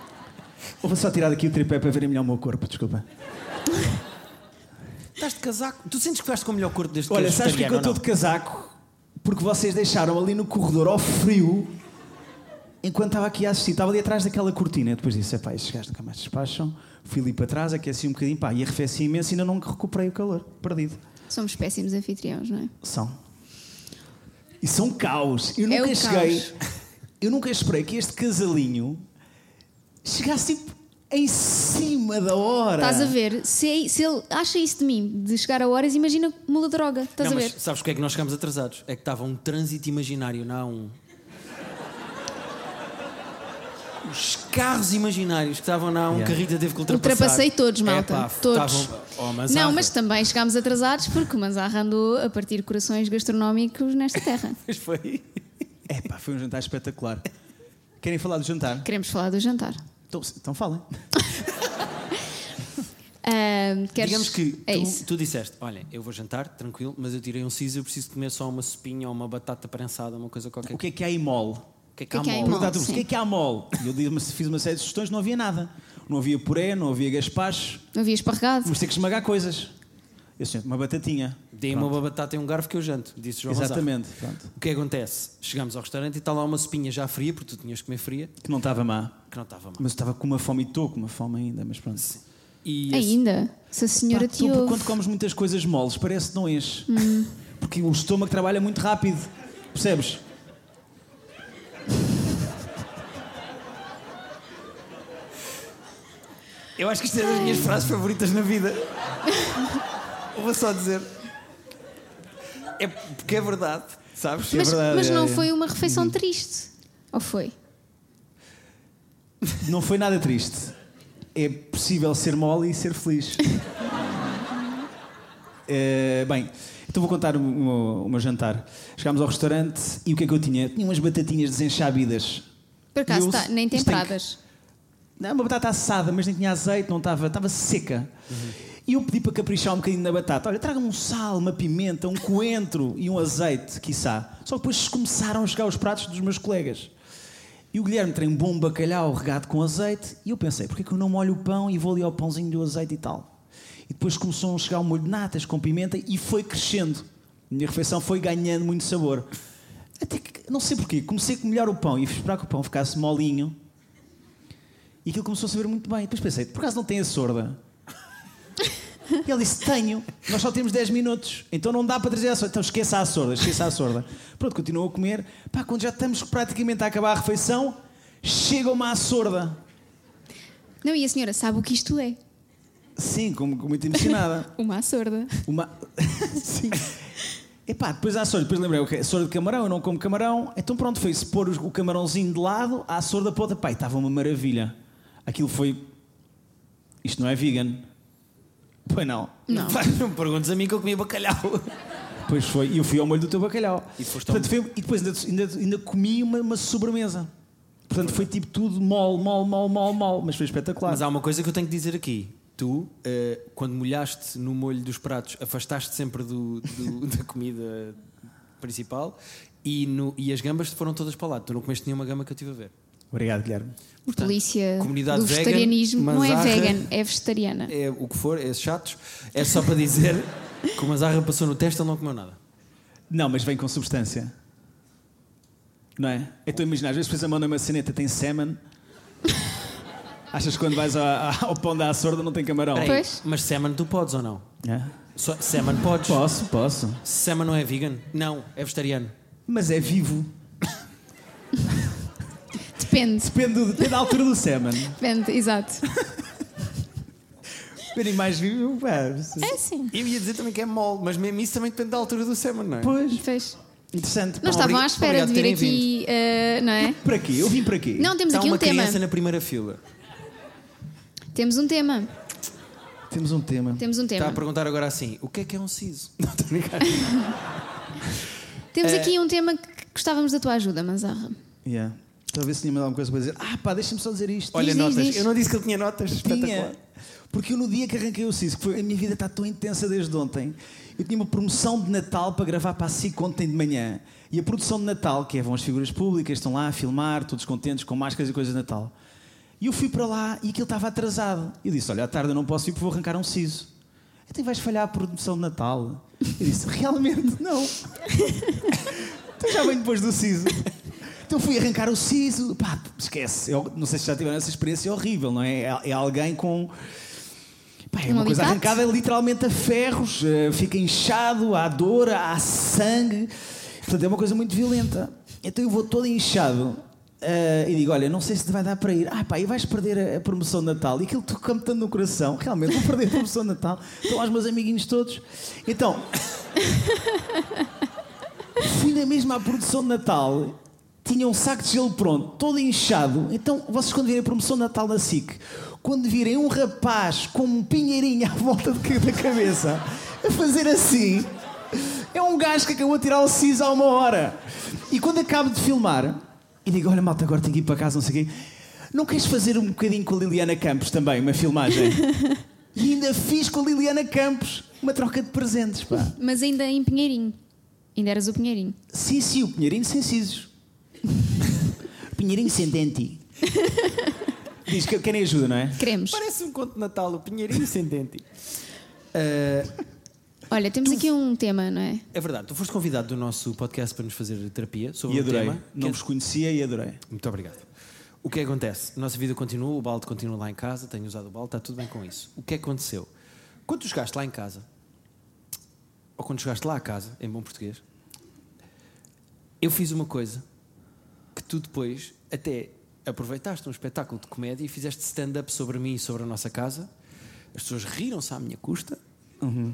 vou só tirar daqui o tripé para verem melhor o meu corpo, desculpa. Estás de casaco? Tu sentes que estás com o melhor corpo desde que Olha, és sabes porque é que eu estou vegetariano, de casaco? Porque vocês deixaram ali no corredor ao frio enquanto estava aqui a assistir. Estava ali atrás daquela cortina. Depois disse, pá, estes gajos nunca mais despacham. Fui ali para trás, aqueci um bocadinho, pá, e arrefeci imenso e ainda não recuperei o calor. Perdido. Somos péssimos anfitriões, não é? São. E são caos. Eu É nunca o cheguei... caos. Eu nunca esperei que este casalinho chegasse tipo em cima da hora. Estás a ver? Se, se ele acha isso de mim, de chegar a horas, imagina mula droga. Estás não, a mas ver? sabes porque é que nós chegamos atrasados? É que estava um trânsito imaginário, não um... Os carros imaginários que estavam na um Yeah. carrito teve que ultrapassar. Ultrapassei todos, malta. Epá, todos. estavam- oh, mas não, arra- mas também chegámos atrasados porque o Manzarra andou a partir corações gastronómicos nesta terra. Mas foi... É pá, foi um jantar espetacular. Querem falar do jantar? Queremos falar do jantar. Então, então falem. Ah, queres... Digamos que é tu, isso. tu disseste, olha, eu vou jantar, tranquilo, mas eu tirei um siso, eu preciso comer só uma sopinha ou uma batata prensada, uma coisa qualquer. O que é que há em mole? O que é que é que há em mole? mole? Perguntar-te, sim. o que é que há mole? E eu disse- fiz uma série de sugestões, não havia nada. Não havia puré, não havia gaspacho. Não havia esparregado? Vamos ter que esmagar coisas. Eu sinto uma batatinha. Dei-me Pronto. uma batata e um garfo que eu janto, disse João Manzarra. Exatamente. Pronto. O que é que acontece? Chegamos ao restaurante e está lá uma sopinha já fria, porque tu tinhas que comer fria, Que não estava má. que não estava mal. Mas eu estava com uma fome e estou com uma fome ainda, mas pronto. E esse- Ainda? Se a senhora Pá, te tu, porque ouve. quando comes muitas coisas moles, parece que não enche. Hum. Porque o estômago trabalha muito rápido. Percebes? Eu acho que isto é das minhas frases favoritas na vida. Vou só dizer. É porque é verdade, sabes? É Mas, verdade, mas é, não é. foi uma refeição triste? Ou foi? Não foi nada triste. É possível ser mole e ser feliz. É, bem, então vou contar o meu, o meu jantar. Chegámos ao restaurante e o que é que eu tinha? Tinha umas batatinhas desenchabidas. Por acaso, E eu- tá, nem isto tem que- temperadas. Não, uma batata assada, mas nem tinha azeite, não estava, estava seca. E eu pedi para caprichar um bocadinho na batata. Olha, traga-me um sal, uma pimenta, um coentro e um azeite, quiçá. Só que depois começaram a chegar os pratos dos meus colegas. E o Guilherme tem um bom bacalhau regado com azeite. E eu pensei, porquê que eu não molho o pão e vou ali ao pãozinho do azeite e tal? E depois começou a chegar um molho de natas com pimenta e foi crescendo. A minha refeição foi ganhando muito sabor. Até que, não sei porquê, comecei a molhar o pão e esperar que o pão ficasse molinho. E aquilo começou a saber muito bem. Depois pensei, por acaso não tem a sorda? E ele disse, tenho. Nós só temos dez minutos. Então não dá para trazer a sorda. Então esqueça a sorda, esqueça a sorda. Pronto, continuou a comer. Pá, quando já estamos praticamente a acabar a refeição, chega uma à sorda. Não, e a senhora sabe o que isto é? Sim, como, como muito emocionada. Uma sorda. Uma... Sim. Epá, depois há sorda. Depois lembrei, ok, sorda de camarão, eu não como camarão. Então pronto, foi-se pôr o camarãozinho de lado, à sorda para outra. Pá, e estava uma maravilha. Aquilo foi... Isto não é vegan. Pois não. Não. Vai, não me perguntes a mim que eu comi bacalhau. Pois foi. E eu fui ao molho do teu bacalhau. E foste Portanto, ao- foi- e depois ainda, ainda, ainda comi uma, uma sobremesa. Portanto, foi tipo tudo mole, mole, mole, mole, mole. Mas foi espetacular. Mas há uma coisa que eu tenho que dizer aqui. Tu, eh, quando molhaste no molho dos pratos, afastaste sempre do, do- da comida principal e, no- e as gambas foram todas para o lado. Tu não comeste nenhuma gamba que eu estive a ver. Obrigado, Guilherme. Portanto, Polícia comunidade do vegan, vegetarianismo. Não é Manzarra, vegan, é vegetariana. É o que for, é chatos. É só para dizer que o Manzarra passou no teste, ele não comeu nada. Não, mas vem com substância. Não é? Então imagina, às vezes pões a mão na maçaneta, tem semen. Achas que quando vais a- a- ao pão da açorda não tem camarão? Peraí, Pois. mas semen tu podes ou não? É? Só, semen podes? Posso, posso. Semen não é vegan? Não, é vegetariano. Mas é vivo. Depende. Depende, do- depende da altura do semen. Depende, exato. Animais vivos, pá. É sim. Eu ia dizer também que é mole, mas mesmo isso também depende da altura do semen, não é? Pois, Fez. interessante. Não estavam à espera obrigado de vir por terem aqui, eh, não é? Para quê? Eu vim para quê? Não, temos Está aqui uma um tema. criança na primeira fila. Temos um tema. Temos um tema. Temos um Está a tema. perguntar agora assim: o que é que é um siso? Não, estou a brincar. Temos Eh, aqui um tema que gostávamos da tua ajuda, Manzarra. Yeah. Talvez se tinha mais alguma coisa para dizer. Ah, pá, deixa-me só dizer isto. Olha, diz, notas. diz. Eu não disse que ele tinha notas. Espetacular. Tinha. Porque eu no dia que arranquei o siso, que foi, a minha vida está tão intensa desde ontem, eu tinha uma promoção de Natal para gravar para a S I C ontem de manhã. E a produção de Natal, que é, vão as figuras públicas, estão lá a filmar, todos contentes, com máscaras e coisas de Natal. E eu fui para lá e aquilo estava atrasado. Eu disse, olha, à tarde eu não posso ir porque vou arrancar um siso. Então vais falhar a promoção de Natal? Eu disse, realmente, não. Então já venho depois do siso. Então fui arrancar o siso. Pá, esquece. Eu não sei se já tiveram essa experiência horrível, não é? É, é alguém com... Pá, é uma Um coisa alicate? arrancada literalmente a ferros. uh, Fica inchado, há dor, há sangue. Portanto, é uma coisa muito violenta. Então eu vou todo inchado. Uh, e digo, olha, não sei se te vai dar para ir. Ah pá, e vais perder a, a promoção de Natal. E aquilo toca-me tanto no coração. Realmente, vou perder a promoção de Natal. Estão lá os meus amiguinhos todos. Então, fui na mesma à produção de Natal. Tinha um saco de gelo pronto, todo inchado. Então, vocês quando virem a promoção de Natal na S I C, quando virem um rapaz com um pinheirinho à volta de, da cabeça a fazer assim, é um gajo que acabou de tirar o siso há uma hora. E quando acabo de filmar... E digo, olha malta, agora tenho que ir para casa, não sei o quê. Não queres fazer um bocadinho com a Liliana Campos também, uma filmagem? E ainda fiz com a Liliana Campos uma troca de presentes, pá. Mas ainda em Pinheirinho. Ainda eras o Pinheirinho. Sim, sim, o Pinheirinho sem sisos. Pinheirinho sem dente. Diz que querem ajuda, não é? Queremos. Parece um conto de Natal, o Pinheirinho sem dente. Uh, Olha, temos aqui um tema, não é? é verdade, tu foste convidado do nosso podcast para nos fazer terapia sobre E um adorei. tema. Não que... vos conhecia e adorei. Muito obrigado. O que acontece? A nossa vida continua, o balde continua lá em casa, tenho usado o balde, está tudo bem com isso. O que aconteceu? Quando tu chegaste lá em casa, ou quando chegaste lá a casa, em bom português, eu fiz uma coisa que tu depois até aproveitaste um espetáculo de comédia e fizeste stand-up sobre mim e sobre a nossa casa. As pessoas riram-se à minha custa. Uhum.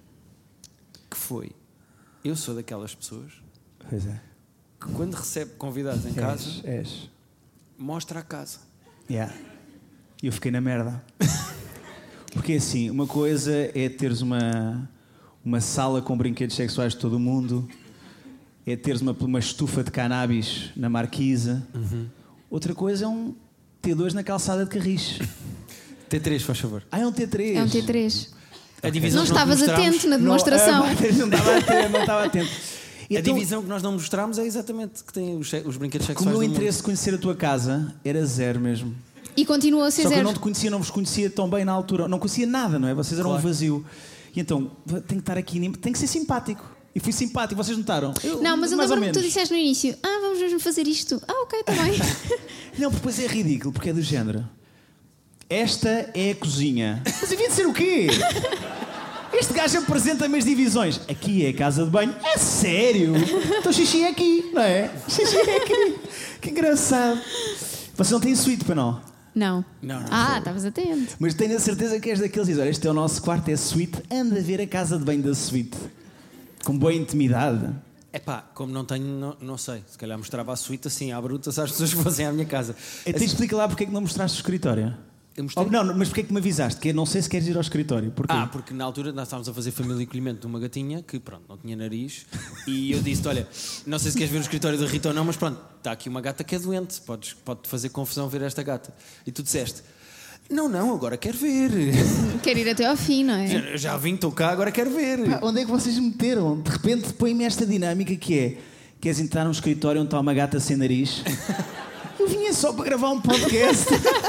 Que foi, eu sou daquelas pessoas Pois é. que quando recebe convidados em casa, És, és. mostra a casa. Yeah. E eu fiquei na merda. Porque assim, uma coisa é teres uma, uma sala com brinquedos sexuais de todo o mundo, é teres uma, uma estufa de cannabis na marquise. Uhum. Outra coisa é um T dois na calçada de Carris. T três, faz favor. Ah, é um T três. É um T três. A divisão Não que nós estavas mostramos- atento na demonstração. Não, ah, não estava atento, não estava atento. A Então, divisão que nós não mostramos é exatamente que tem os, se- os brinquedos o sexuais meu do mundo. interesse de conhecer a tua casa era zero mesmo. E continua a ser Só que eu zero. não te conhecia, não vos conhecia tão bem na altura. Não conhecia nada, não é? Vocês eram Claro. um vazio. E então, tenho que estar aqui, tenho que ser simpático. E fui simpático, vocês notaram? Eu, Não, mas eu mais ou lembro-me que tu menos. disseste no início: Ah, vamos mesmo fazer isto. Ah, ok, está bem. Não, porque depois é ridículo, porque é do género. Esta é a cozinha. Mas havia de ser o quê? Este gajo apresenta-me as divisões. Aqui é a casa de banho. É sério? Então xixi é aqui, não é? Xixi é aqui. Que engraçado. Vocês não têm suíte, para não? Não. Não, não. Ah, estavas atento. Mas tenho a certeza que és daqueles que dizem, olha, este é o nosso quarto, é a suíte. Anda a ver a casa de banho da suíte. Com boa intimidade. É pá, como não tenho, não, não sei. Se calhar mostrava a suíte assim à bruta se as pessoas fossem à minha casa. Então Assim, explica lá porque é que não mostraste o escritório. eu mostrei... Oh, não, mas porque é que me avisaste? Que eu não sei se queres ir ao escritório. Porquê? Ah, porque na altura nós estávamos a fazer família e acolhimento de uma gatinha que, pronto, não tinha nariz. E eu disse: olha, não sei se queres ver o escritório da Rita ou não, mas pronto, está aqui uma gata que é doente. Podes, pode fazer confusão ver esta gata. E tu disseste: não, não, agora quero ver. Quero ir até ao fim, não é? Já, já vim, estou cá, agora quero ver. Pá, onde é que vocês me meteram? De repente põe-me esta dinâmica que é: queres entrar num escritório onde está uma gata sem nariz? Eu vinha só para gravar um podcast.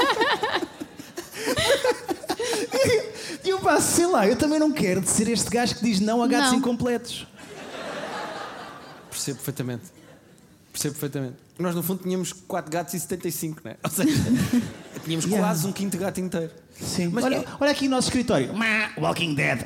E eu passo, sei lá, eu também não quero de ser este gajo que diz não a gatos Não. incompletos. Percebo perfeitamente. Percebo perfeitamente. Nós, no fundo, tínhamos quatro gatos e setenta e cinco, não é? Ou seja, tínhamos Yeah. quase um quinto gato inteiro. Sim. Mas olha, é- olha aqui o nosso escritório. Walking Dead.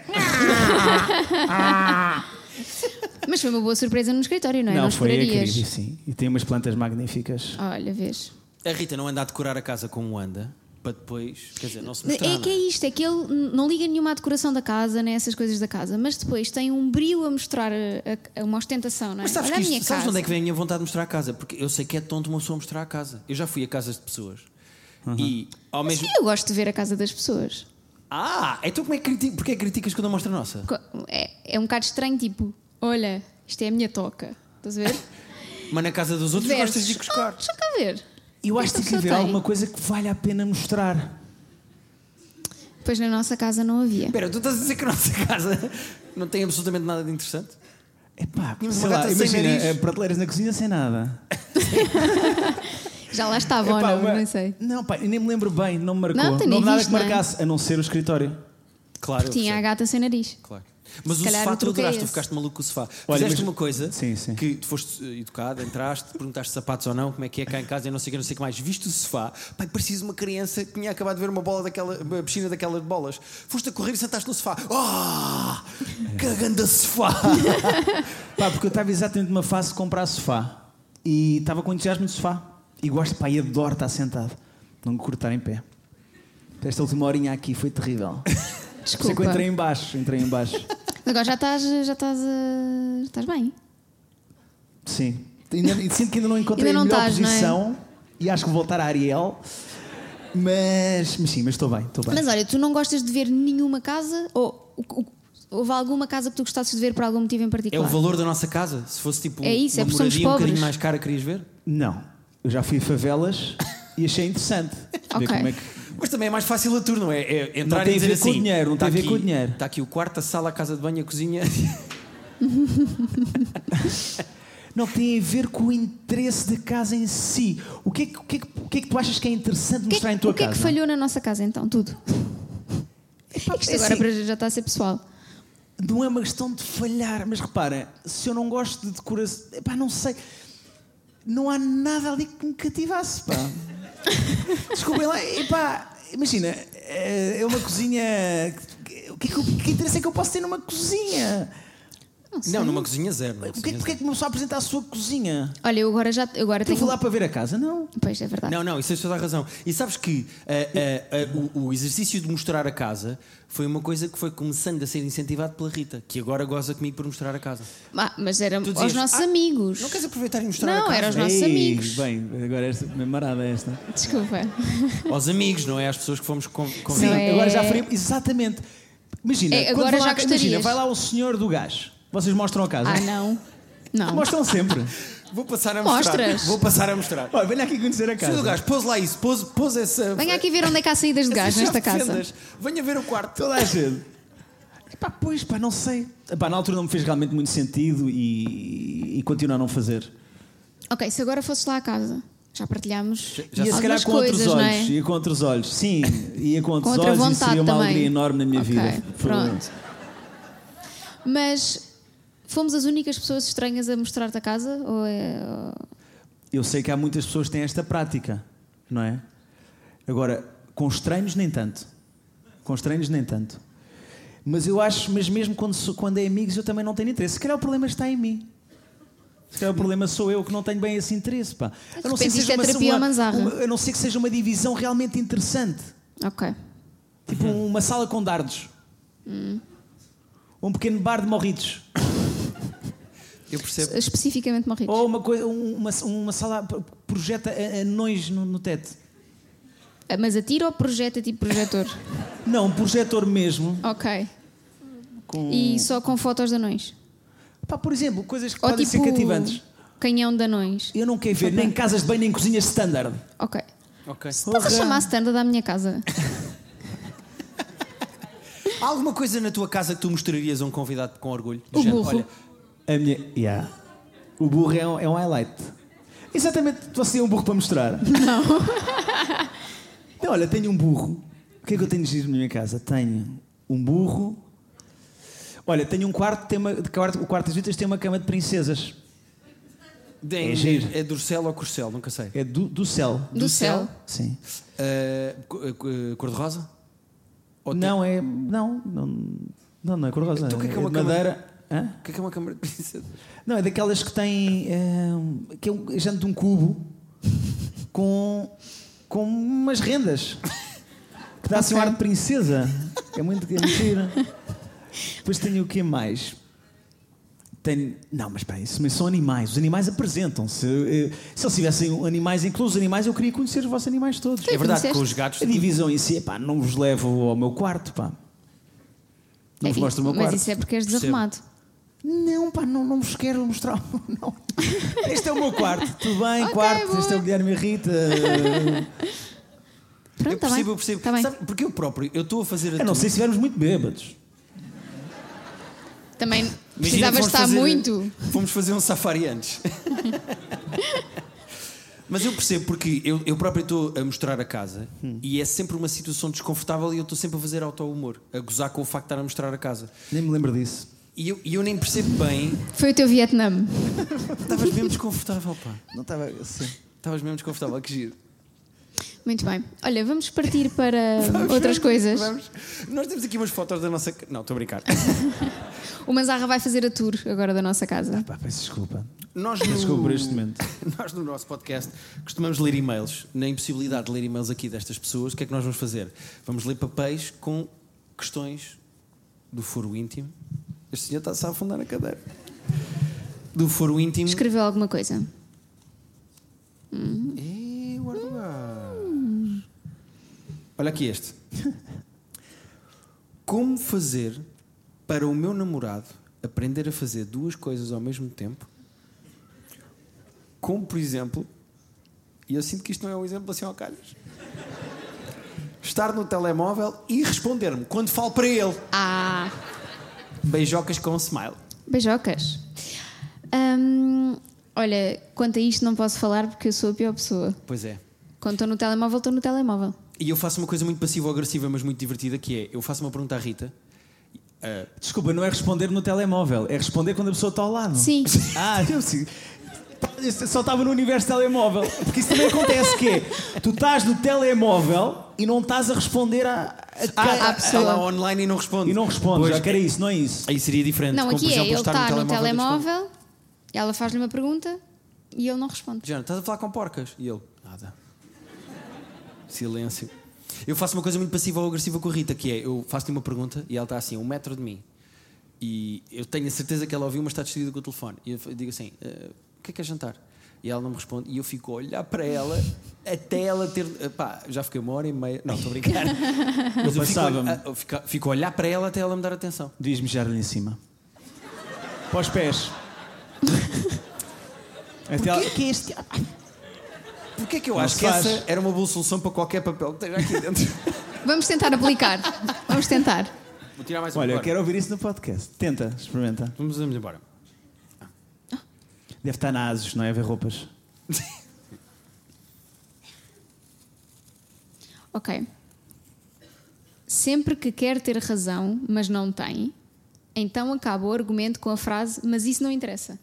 Mas foi uma boa surpresa no escritório, não é? Não, Não foi esperarias. querido, sim. E tem umas plantas magníficas. Olha, vês. A Rita não anda a decorar a casa como anda, para depois, quer dizer, não se mostrar. É que é isto, é que ele não liga nenhuma à decoração da casa, nem a essas coisas da casa, mas depois tem um brilho a mostrar a, a uma ostentação, não é? Mas sabes, Olha que a minha isto, sabes casa. onde é que vem a minha vontade de mostrar a casa? Porque eu sei que é tonto uma pessoa mostrar a casa. Eu já fui a casas de pessoas e ao mesmo... Sim, eu gosto de ver a casa das pessoas. Ah, então como é que criti... porque é que criticas quando eu mostro a nossa? Co- É, é um bocado estranho, tipo, olha, isto é a minha toca. Estás a ver? Mas na casa dos outros Versus, gostas de ir buscar. "Oh, deixa cá ver. Eu acho que Esta tem que haver pessoa tem. alguma coisa que vale a pena mostrar. Pois na nossa casa não havia. Espera, tu estás a dizer que a nossa casa não tem absolutamente nada de interessante? Epá, Tínhamos sei uma lá, gata sem imagina, nariz. eh, prateleiras na cozinha sem nada. Já lá estava ou Epá, não, uma- não sei. Não, pá, eu nem me lembro bem, não me marcou. Não, tu nem houve nada viste, que não é? marcasse, a não ser o escritório. Claro, eu Tinha a percebo. gata sem nariz. Claro. Mas Se o calhar sofá o tu truque é adoraste, tu esse. ficaste maluco com o sofá. Olha, Fizeste mas- uma coisa Sim, sim. que tu foste eh, educado, entraste, perguntaste se sapatos ou não, como é que é cá em casa, eu não sei o que, não sei o que mais. Viste o sofá, pai, parecia uma criança que tinha acabado de ver uma bola daquela, uma piscina daquela de bolas. Foste a correr e sentaste no sofá. Oh, que grande sofá! Pá, porque eu estava exatamente numa fase de comprar sofá e estava com entusiasmo de sofá e gosto, pá, e adoro estar sentado, não me cortar em pé. Esta última horinha aqui foi terrível. Sei que Desculpa. eu entrei em baixo, entrei em baixo. Agora já estás, já estás, uh, estás bem. Sim. Ainda, e sinto que ainda não encontrei Ainda não a melhor estás, não é? posição e acho que vou voltar a Ariel. Mas, mas sim, mas estou bem, estou bem. Mas olha, tu não gostas de ver nenhuma casa? Ou o- o- houve alguma casa que tu gostasses de ver por algum motivo em É particular? o valor da nossa casa. Se fosse tipo É isso, é uma porque somos moradia um bocadinho pobres. mais cara, querias ver? Não. Eu já fui a favelas e achei interessante. Ok. Ver como é que... Mas também é mais fácil a turno, não é? É entrar Não tem e a dizer ver com assim, o dinheiro, não "Tá tem a ver aqui- com o dinheiro." Está aqui o quarto, a sala, a casa de banho, a cozinha. Não tem a ver com o interesse da casa em si. O que é que, o que, é que, o que, é que tu achas que é interessante O que, é mostrar que- em tua o que é casa? que falhou na nossa casa então? Tudo. Epá, Isto é agora assim, para- já está a ser pessoal. não é uma questão de falhar, mas repara, se eu não gosto de decoração, epá, não sei, não há nada ali que me cativasse, pá. Desculpem lá, epá, imagina, é uma cozinha. O que, é que, que interesse é que eu posso ter numa cozinha? Não sei. Não, numa cozinha zero. Numa Porquê, cozinha porquê é que me só apresentar a sua cozinha? Olha, eu agora já agora Eu tenho. vou lá para ver a casa? Não. Pois é verdade. Não, não, isso tens toda a razão. E sabes que ah, ah, ah, o, o exercício de mostrar a casa foi uma coisa que foi começando a ser incentivado pela Rita, que agora goza comigo por mostrar a casa. Ah, mas era Tu aos dizias, nossos "Ah, amigos. Não queres aproveitar e mostrar a Não, casa? era aos nossos amigos. Bem, agora esta mesmo marada é esta. Desculpa. Aos amigos, não é? Às pessoas que fomos con- Sim, convidar. é- agora já faria. Exatamente. Imagina, É, quando agora vão já lá, imagina, gostarias. vai lá o senhor do gás. Vocês mostram a casa? Ah, não. Não. Mostram sempre. Vou passar a mostrar. Mostras. Vou passar a mostrar. Olha, venha aqui conhecer a casa. Senhor do gás, pôs lá isso, pôs, pôs essa. Venha aqui ver onde é que há saídas de gás essas nesta casa. fendas. Venha ver o quarto. Toda a gente. Epá, pois, pá, não sei. Epá, na altura não me fez realmente muito sentido e, e continuo a não fazer. Ok, se agora fosses lá à casa, já partilhámos Já ia se calhar algumas com coisas, outros não olhos. é? Ia com outros olhos. Sim, ia com outros Com outra olhos e vontade seria uma também. alegria enorme na minha Ok, vida. pronto. Mas fomos as únicas pessoas estranhas a mostrar-te a casa? Ou é... Eu sei que há muitas pessoas que têm esta prática, não é? Agora, com estranhos nem tanto. Com estranhos nem tanto. Mas eu acho, mas mesmo quando, sou- quando é amigos, eu também não tenho interesse. Se calhar o problema está em mim. Se calhar o problema sou eu que não tenho bem esse interesse, pá. A não ser que repente isto seja é uma, terapia uma, ou manzarra. uma- a não ser que seja uma divisão realmente interessante. Ok. Tipo uma sala com dardos. Um pequeno bar de morritos. Eu percebo. Especificamente morridos. Ou uma, coisa, um- uma, uma sala que projeta a- anões no, no teto. Mas atira ou projeta tipo projetor? Não, um projetor mesmo. Ok. Com... E só com fotos de anões? Pá, por exemplo, coisas que Ou podem tipo ser cativantes. canhão de anões? Eu não quero ver nem casas de banho nem cozinhas standard. Ok. Ok. Estás a chamar standard à minha casa? Há alguma coisa na tua casa que tu mostrarias a um convidado com orgulho? Do O género, burro. Olha, A minha... yeah. O burro é um, é um highlight. Exatamente, você tem um burro para mostrar. Não. Então, olha, tenho um burro. O que é que eu tenho de giro na minha casa? Tenho um burro. Olha, tenho um quarto, tem uma, de quarto o quarto das visitas tem uma cama de princesas. é, É giro. é Durcel ou Corcel? Nunca sei. É do, do céu. Do céu. Sim. Ah, co- ah, Cor-de-rosa? Ou Não, é... Não, não, não, não é cor-de-rosa. Então o que é que é uma de cama- madeira. Hã? O que é que é uma câmara de princesa? Não, é daquelas que têm... eh, que é um é género de um cubo com, com umas rendas. Que dá assim um Ok. ar de princesa. É muito, é muito giro. Depois tenho o que mais? Tenho... Não, mas espera, isso mas são animais. Os animais apresentam-se. Eh, Se eles tivessem animais inclusos, animais, eu queria conhecer os vossos animais todos. É verdade, conheceste? com os gatos. A divisão em si, pá, não vos levo ao meu quarto, pá. Não vos É, mostro o meu mas quarto. isso é porque és Percebo. desarrumado. Não, pá, não, não vos quero mostrar. Não. Este é o meu quarto. Tudo bem, Ok, quarto. boa. Este é o Guilherme e a Rita. Pronto, Eu está percebo, bem. eu percebo. Tá bem. Sabe, porque eu próprio, eu estou a fazer a Eu não tua- sei se estivermos muito bêbados. Também Imagina precisavas que fomos estar fazer- muito. Fomos fazer um safari antes. Mas eu percebo porque eu, eu próprio estou a mostrar a casa hum. e é sempre uma situação desconfortável e eu estou sempre a fazer auto-humor, a gozar com o facto de estar a mostrar a casa. Nem me lembro disso. E eu, e eu nem percebo bem. Foi o teu Vietnã. Estavas mesmo desconfortável, pá. Não estava assim. Estavas mesmo desconfortável, que giro. Muito bem. Olha, vamos partir para vamos, outras coisas. Vamos. Nós temos aqui umas fotos da nossa. Não, estou a brincar. O Manzarra vai fazer a tour agora da nossa casa. Ah, pá, peço desculpa. Nós peço no... desculpa por este momento. Nós no nosso podcast costumamos ler e-mails. Na impossibilidade de ler e-mails aqui destas pessoas, o que é que nós vamos fazer? Vamos ler papéis com questões do foro íntimo. Este senhor está-se a afundar na cadeira. Do foro íntimo. Escreveu alguma coisa? Hum. E, hum. Olha aqui este. Como fazer para o meu namorado aprender a fazer duas coisas ao mesmo tempo? Como, por exemplo, e eu sinto que isto não é um exemplo assim ao calhas, estar no telemóvel e responder-me quando falo para ele. Ah. Beijocas com um smile. Beijocas. Hum, olha, quanto a isto não posso falar porque eu sou a pior pessoa. Pois é. Quando estou no telemóvel, estou no telemóvel. E eu faço uma coisa muito passiva-agressiva, mas muito divertida, que é, eu faço uma pergunta à Rita. Uh... Desculpa, não é responder no telemóvel, é responder quando a pessoa está ao lado. Sim. Ah, eu sim. Só estava no universo telemóvel. Porque isso também acontece, que é, tu estás no telemóvel e não estás a responder a, a, ah, a pessoa. Ela online e não responde. E não responde, já que era isso, não é isso. Aí seria diferente. Não, como, aqui por exemplo, é, ele estar está no no telemóvel, telemóvel, ela faz-lhe uma pergunta e ele não responde. Já, estás a falar com porcas? E ele, nada. Silêncio. Eu faço uma coisa muito passiva ou agressiva com a Rita, que é, eu faço-lhe uma pergunta e ela está assim, a um metro de mim. E eu tenho a certeza que ela ouviu, mas está distraída com o telefone. E eu digo assim, uh, o que é que é jantar? E ela não me responde. E eu fico a olhar para ela até ela ter... Pá, já fiquei uma hora e meia... Não, estou a brincar. Mas eu fico a, fico, fico a olhar para ela até ela me dar atenção. Diz mijar-lhe em cima. Para os pés. Até ela... Que é este... Porquê é que eu não acho que faz. essa era uma boa solução para qualquer papel que esteja aqui dentro? Vamos tentar aplicar. Vamos tentar. Vou tirar mais um Olha, agora. eu quero ouvir isso no podcast. Tenta, experimenta. Vamos, vamos embora. Deve estar na Asos, não é? A ver roupas. Ok. Sempre que quer ter razão, mas não tem, então acaba o argumento com a frase, mas isso não interessa.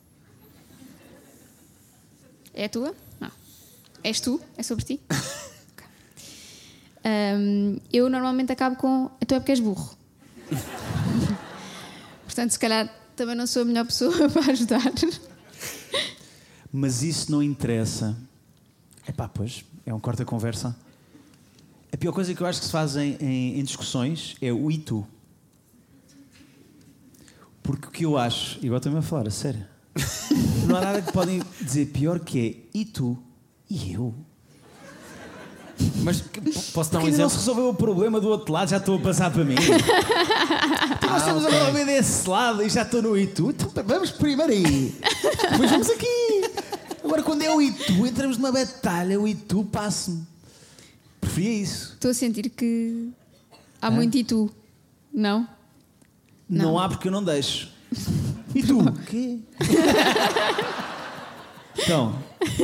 É a tua? Não. És tu? É sobre ti? Okay. Um, eu normalmente acabo com, então é porque és burro. Portanto, se calhar também não sou a melhor pessoa para ajudar. Mas isso não interessa. Epá, pois, é um corta-conversa. A pior coisa que eu acho que se faz em, em, em discussões é o e tu. Porque o que eu acho, igual também a falar, a sério, não há nada que podem dizer pior que é e tu e eu. Mas posso dar um Porque ainda não se exemplo? resolveu o problema do outro lado, já estou a passar para mim. Então, nós estamos okay. a ver desse lado e já estou no e tu. Então, vamos primeiro aí. Depois vamos aqui. Agora, quando é o e tu, entramos numa batalha, o e tu passa-me. Preferia isso. Estou a sentir que há Hã? muito e tu. Não? Não, Não. há porque eu não deixo. E tu? O quê? Então.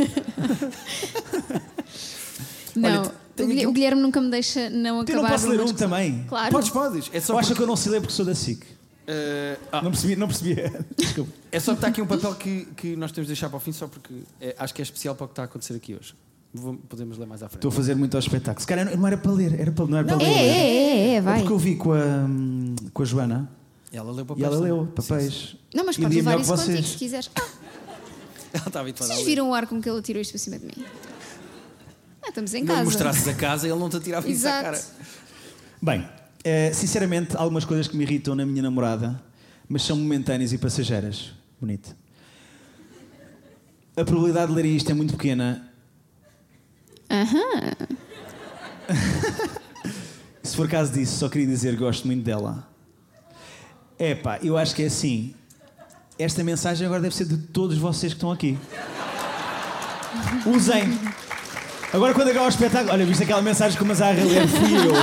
Não. Olha, o, Guilherme, o Guilherme nunca me deixa não Tu acabar. não posso ler uma um discussão. também? Claro. Podes, podes. É só Ou acha porque... que eu não sei ler porque sou da S I C? Uh, ah, Não percebi, não percebi. Desculpa. é só que está aqui um papel que, que nós temos de deixar para o fim, só porque é, acho que é especial para o que está a acontecer aqui hoje. Vou, podemos ler mais à frente. Estou a fazer muito ao espetáculo. Se calhar não era para ler, era para, não era para É, ler. é, é, é, É vai. porque eu vi com a, com a Joana Ela leu e papéis. ela também. leu papéis. Sim, sim. Não, mas E podes li levar melhor isso que contigo vocês. se quiseres. Ah, Ela está habituada a vocês ler. viram o ar com que ele atirou isto para cima de mim? Ah, estamos em Não casa. lhe mostrasses a casa, ele não te atirava isso à Exato. cara. Bem, eh, sinceramente, há algumas coisas que me irritam na minha namorada, mas são momentâneas e passageiras. Bonito. A probabilidade de lerem isto é muito pequena. Aham. Se for caso disso, só queria dizer que gosto muito dela. Epá, eu acho que é assim. Esta mensagem agora deve ser de todos vocês que estão aqui. Usem. Agora quando acabar o espetáculo... Olha, viste aquela mensagem que o Manzarra ler? Fui eu.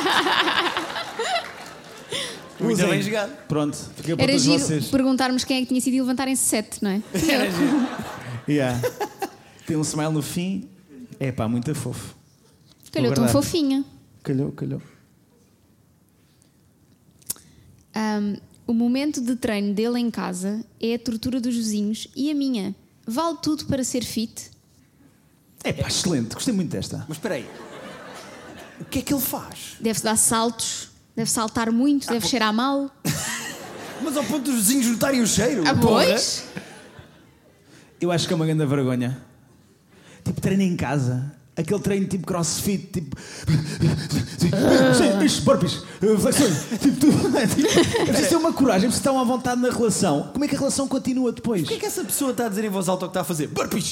Muito Usem. bem jogado. Pronto, fiquei para Era todos giro vocês. perguntarmos quem é que tinha sido e levantarem-se sete, não é? Era giro. Yeah. Tem um smile no fim. É pá, muito fofo. Calhou tão fofinha. Calhou, calhou. Um, o momento de treino dele em casa é a tortura dos vizinhos e a minha. Vale tudo para ser fit? É pá, excelente. Gostei muito desta. Mas espera aí. O que é que ele faz? Deve-se dar saltos, deve saltar muito, ah, deve pô... cheirar mal. Mas ao ponto dos vizinhos notarem o cheiro. Ah, pois? Eu acho que é uma grande vergonha. Tipo, treino em casa. Aquele treino tipo crossfit, tipo. Estes burpees, flexões, tipo tudo. É preciso ter uma coragem, é preciso estar à vontade na relação. Como é que a relação continua depois? O que é que essa pessoa está a dizer em voz alta o que está a fazer? Burpees!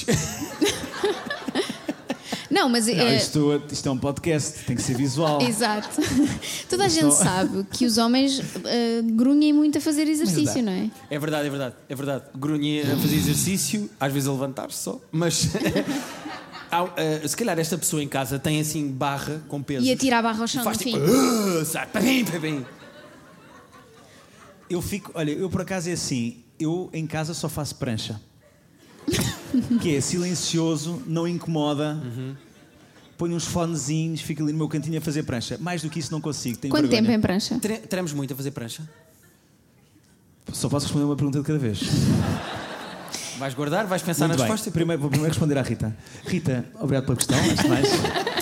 Não, mas... Não, é... isto, isto é um podcast, tem que ser visual. Exato. Toda a isto gente não... sabe que os homens uh, grunhem muito a fazer exercício, não é? É verdade, é verdade, é verdade. Grunhem a fazer exercício, às vezes a levantar-se só, mas... Há, uh, se calhar esta pessoa em casa tem assim barra com peso. E atira a barra ao chão, faz, no tipo, fim. Uh, sai, bem, bem. Eu fico... Olha, eu por acaso é assim. Eu em casa só faço prancha. Que é silencioso, não incomoda. Uhum. Ponho uns fonezinhos, fico ali no meu cantinho a fazer prancha. Mais do que isso não consigo. Tenho Quanto vergonha. tempo em prancha? Teremos muito a fazer prancha? Só posso responder uma pergunta de cada vez. Vais guardar? Vais pensar muito na bem. resposta? Primeiro, vou primeiro responder à Rita. Rita, obrigado pela questão, antes de mais.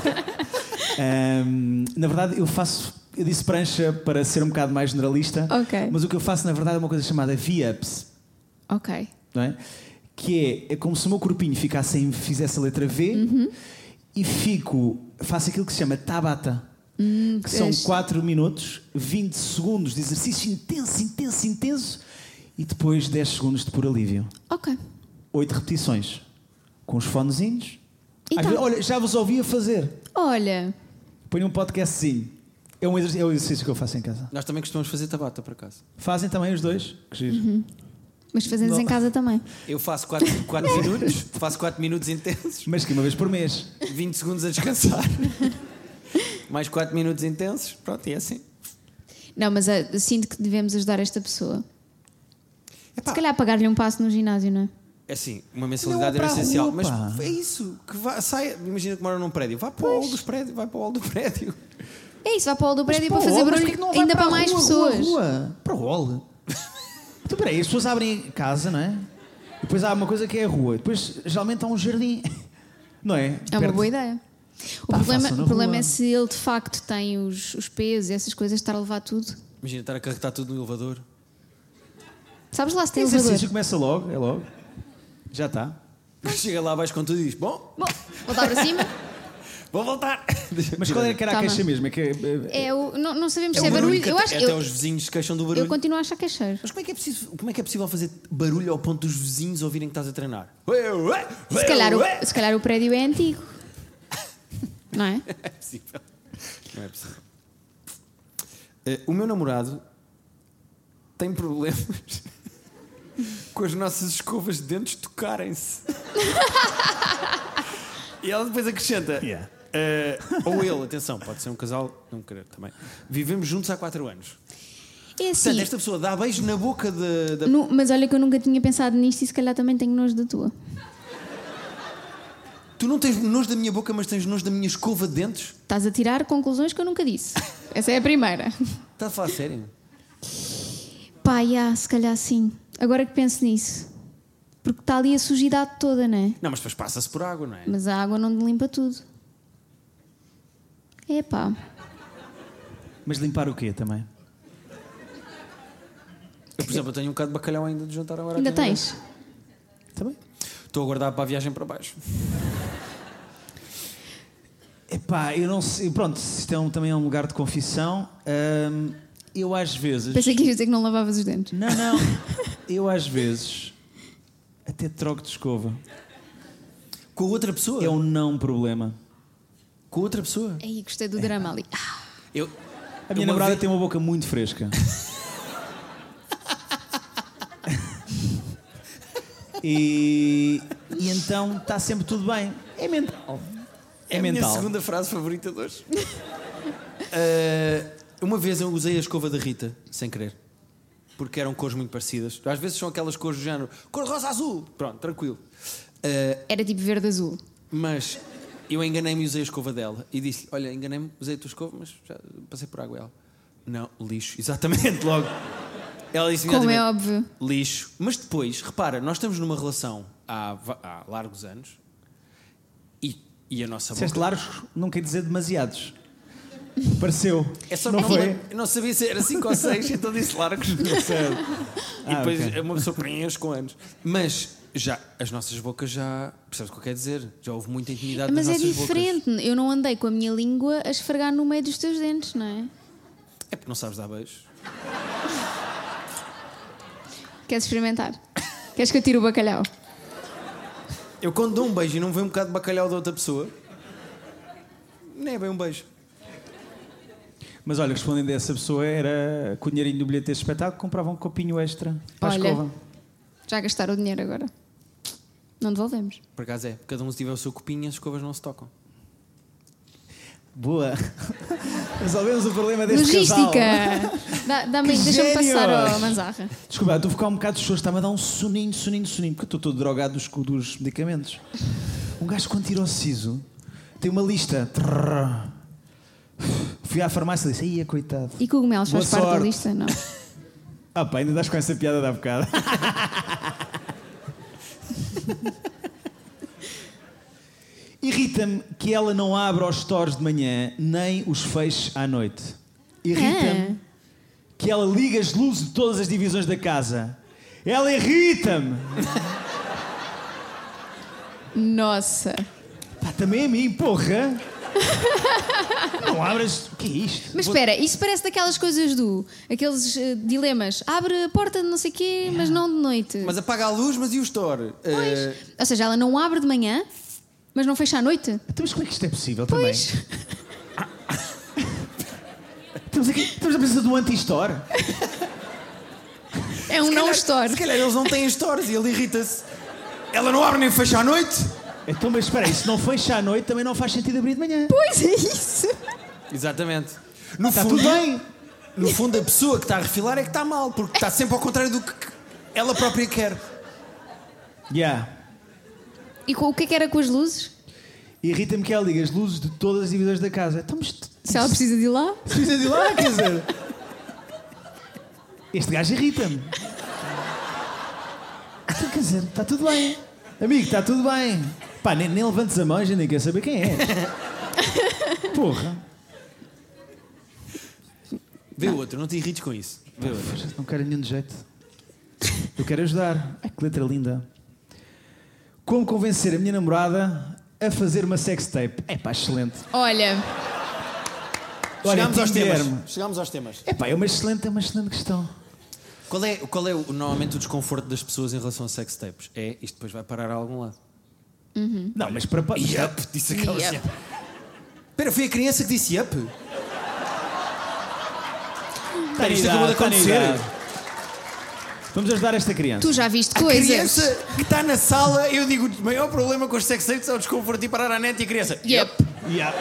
um, na verdade, eu faço... Eu disse prancha para ser um bocado mais generalista. Ok. Mas o que eu faço, na verdade, é uma coisa chamada V-ups. Ok. Não é? Que é, é como se o meu corpinho ficasse em, fizesse a letra V, uhum. E fico... Faço aquilo que se chama Tabata. Hum, que são quatro minutos, vinte segundos de exercício intenso, intenso, intenso, e depois dez segundos de puro alívio. Ok. oito repetições. Com os fonezinhos. Tá. Vezes, olha, já vos ouvi a fazer. Olha. Ponho um podcastzinho. É um exercício, é um exercício que eu faço em casa. Nós também costumamos fazer Tabata, por acaso. Fazem também os dois? Que giro. Uhum. Mas fazemos em casa também. Eu faço quatro minutos, faço quatro minutos intensos. Mas que uma vez por mês. vinte segundos a descansar. Mais quatro minutos intensos. Pronto, e é assim. Não, mas uh, sinto que devemos ajudar esta pessoa. Epá. Se calhar pagar-lhe um passo no ginásio, não é? É assim, uma mensalidade era essencial. Mas é isso, que vá, saia, imagina que mora num prédio. Vai para o hall dos prédios, vai para o hall do prédio. É isso, vai para o hall do prédio para fazer barulho ainda para, para mais rua, pessoas. Rua, rua. Para o hall. Então, peraí, as pessoas abrem casa, não é? E depois há uma coisa que é a rua. Depois, geralmente, há um jardim. Não é? É uma boa ideia. O Pá, problema, o problema é se ele, de facto, tem os, os pesos e essas coisas, estar a levar tudo. Imagina, estar a carregar tudo no elevador. Sabes lá se tem Esse elevador? exercício começa logo, é logo. Já está. Chega lá abaixo com tudo e diz, bom... Bom, voltar para cima... Vou voltar. Mas qual é que era a Calma. queixa mesmo? É, que, é o, não, não sabemos é se é barulho. barulho eu acho, até eu, os vizinhos se queixam do barulho. Eu continuo a achar que é cheiro. Mas como é que é, preciso, como é que é possível fazer barulho ao ponto dos vizinhos ouvirem que estás a treinar? Ué, ué, ué, se, calhar o, se calhar o prédio é antigo. Não é? É possível. Não é possível. Uh, o meu namorado tem problemas com as nossas escovas de dentes tocarem-se. E ela depois acrescenta... Yeah. Uh, ou ele, atenção, pode ser um casal, não querer também. Vivemos juntos há quatro anos. É assim, Portanto, esta pessoa dá beijo na boca de... de... No, mas olha que eu nunca tinha pensado nisto e se calhar também tenho nojo da tua. Tu não tens nojo da minha boca, mas tens nojo da minha escova de dentes? Estás a tirar conclusões que eu nunca disse. Essa é a primeira. Estás a falar sério? Pá, já, se calhar sim. Agora que penso nisso. Porque está ali a sujidade toda, não é? Não, mas depois passa-se por água, não é? Mas a água não limpa tudo. É pá. Mas limpar o quê também? Eu, por exemplo, eu tenho um bocado de bacalhau ainda de jantar agora. Ainda tens? Também. Estou a guardar para a viagem para baixo. Epá, eu não sei. Pronto, isto é um, também é um lugar de confissão. Hum, eu às vezes. Pensei que ias dizer que não lavavas os dentes. Não, não. Eu às vezes até troco de escova. Com outra pessoa? É um não problema. Com outra pessoa? Aí, gostei do drama ali. Ah. Eu, a minha namorada vez... tem uma boca muito fresca. e, e então está sempre tudo bem. É mental. É, é mental. A minha segunda frase favorita de hoje. uh, uma vez eu usei a escova da Rita, sem querer. Porque eram cores muito parecidas. Às vezes são aquelas cores do género cor rosa azul. Pronto, tranquilo. Era tipo verde-azul. Mas eu enganei-me e usei a escova dela. E disse-lhe, olha, enganei-me, usei a tua escova, mas já passei por água. Ela, não, lixo. Exatamente, logo. Ela disse Como é óbvio. Lixo. Mas depois, repara, nós estamos numa relação há, há largos anos e, e a nossa Disseste boca... largos, não quer dizer demasiados. Pareceu. É só não que foi? Eu não sabia se era cinco ou seis, então disse largos. E Ah, depois ok. uma pessoa preenche com anos. Mas já, as nossas bocas já... Percebes o que eu quero dizer? Já houve muita intimidade Mas nas é nossas diferente. bocas. Eu não andei com a minha língua a esfregar no meio dos teus dentes, não é? É porque não sabes dar beijos. Queres experimentar? Queres que eu tire o bacalhau? Eu quando dou um beijo e não vejo um bocado de bacalhau da outra pessoa, nem é bem um beijo. Mas olha, respondendo a essa pessoa, era com o dinheirinho do bilhete desse espetáculo, comprava um copinho extra para Olha. a escova. Já gastaram o dinheiro agora. Não devolvemos. Por acaso é, cada um se tiver o seu copinho, as escovas não se tocam. Boa. Resolvemos o problema deste Logística! casal. Dá- Dá-me, Que deixa-me génios! passar ao Manzarra. Desculpa, estou a ficar um bocado de choro, está-me a dar um soninho, soninho, soninho, porque eu estou todo drogado dos, dos medicamentos. Um gajo, quando tira o siso, tem uma lista. Trrr. Fui à farmácia e disse: ia, coitado. E cogumelos Boa faz parte da sorte. lista? Não. Ah, pá, ainda dás com essa piada de há bocado. Irrita-me que ela não abra os stores de manhã, nem os feche à noite. Irrita-me Ah. que ela liga as luzes de todas as divisões da casa. Ela irrita-me. Nossa. Pá, também a mim, porra. Não abras... O que é isto? Mas espera, isso parece daquelas coisas do... Aqueles eh, dilemas. Abre a porta de não sei quê, mas não de noite. Mas apaga a luz, mas e o store? Pois. Eh, Ou seja, ela não abre de manhã, mas não fecha à noite. Então, mas como é que isto é possível Pois. também? Estamos, aqui, estamos a precisar do anti-store. É um não store. Se calhar eles não têm stores e ele irrita-se. Ela não abre nem fecha à noite? Então, mas espera aí, se não fecha à noite, também não faz sentido abrir de manhã. Pois é isso. Exatamente. No Está fundo, tudo bem. No fundo, a pessoa que está a refilar é que está mal, porque está sempre ao contrário do que ela própria quer. Yeah. E com, o que é que era com as luzes? Irrita-me que ela liga as luzes de todas as divisões da casa. Então, mas tu- Se ela precisa de ir lá? precisa de ir lá, quer dizer. Este gajo irrita-me. Então, quer dizer, está tudo bem. Amigo, está tudo bem. Pá, nem, nem levantes a mão, a gente nem quer saber quem é. Porra. Vê outro, não te irrites com isso. Vê outro. Não quero nenhum de jeito. Eu quero ajudar. Ai, que letra linda. Como convencer a minha namorada a fazer uma sextape? É pá, excelente. Olha, Olha, Chegámos aos Tim temas. Guilherme. Chegámos aos temas. É pá, é uma excelente, é uma excelente questão. Qual é, qual é o, normalmente o desconforto das pessoas em relação a sex tapes? É, isto depois vai parar a algum lado. Não, mas para... para- Yup, disse aquela Yup. cena. Espera, foi a criança que disse yup? Está Isto acabou de está na acontecer. idade. Vamos ajudar esta criança. tu já viste A coisas. criança que está na sala, eu digo, o maior problema com os sex tapes é o desconforto de ir parar à net e a criança. Yep. Yeah.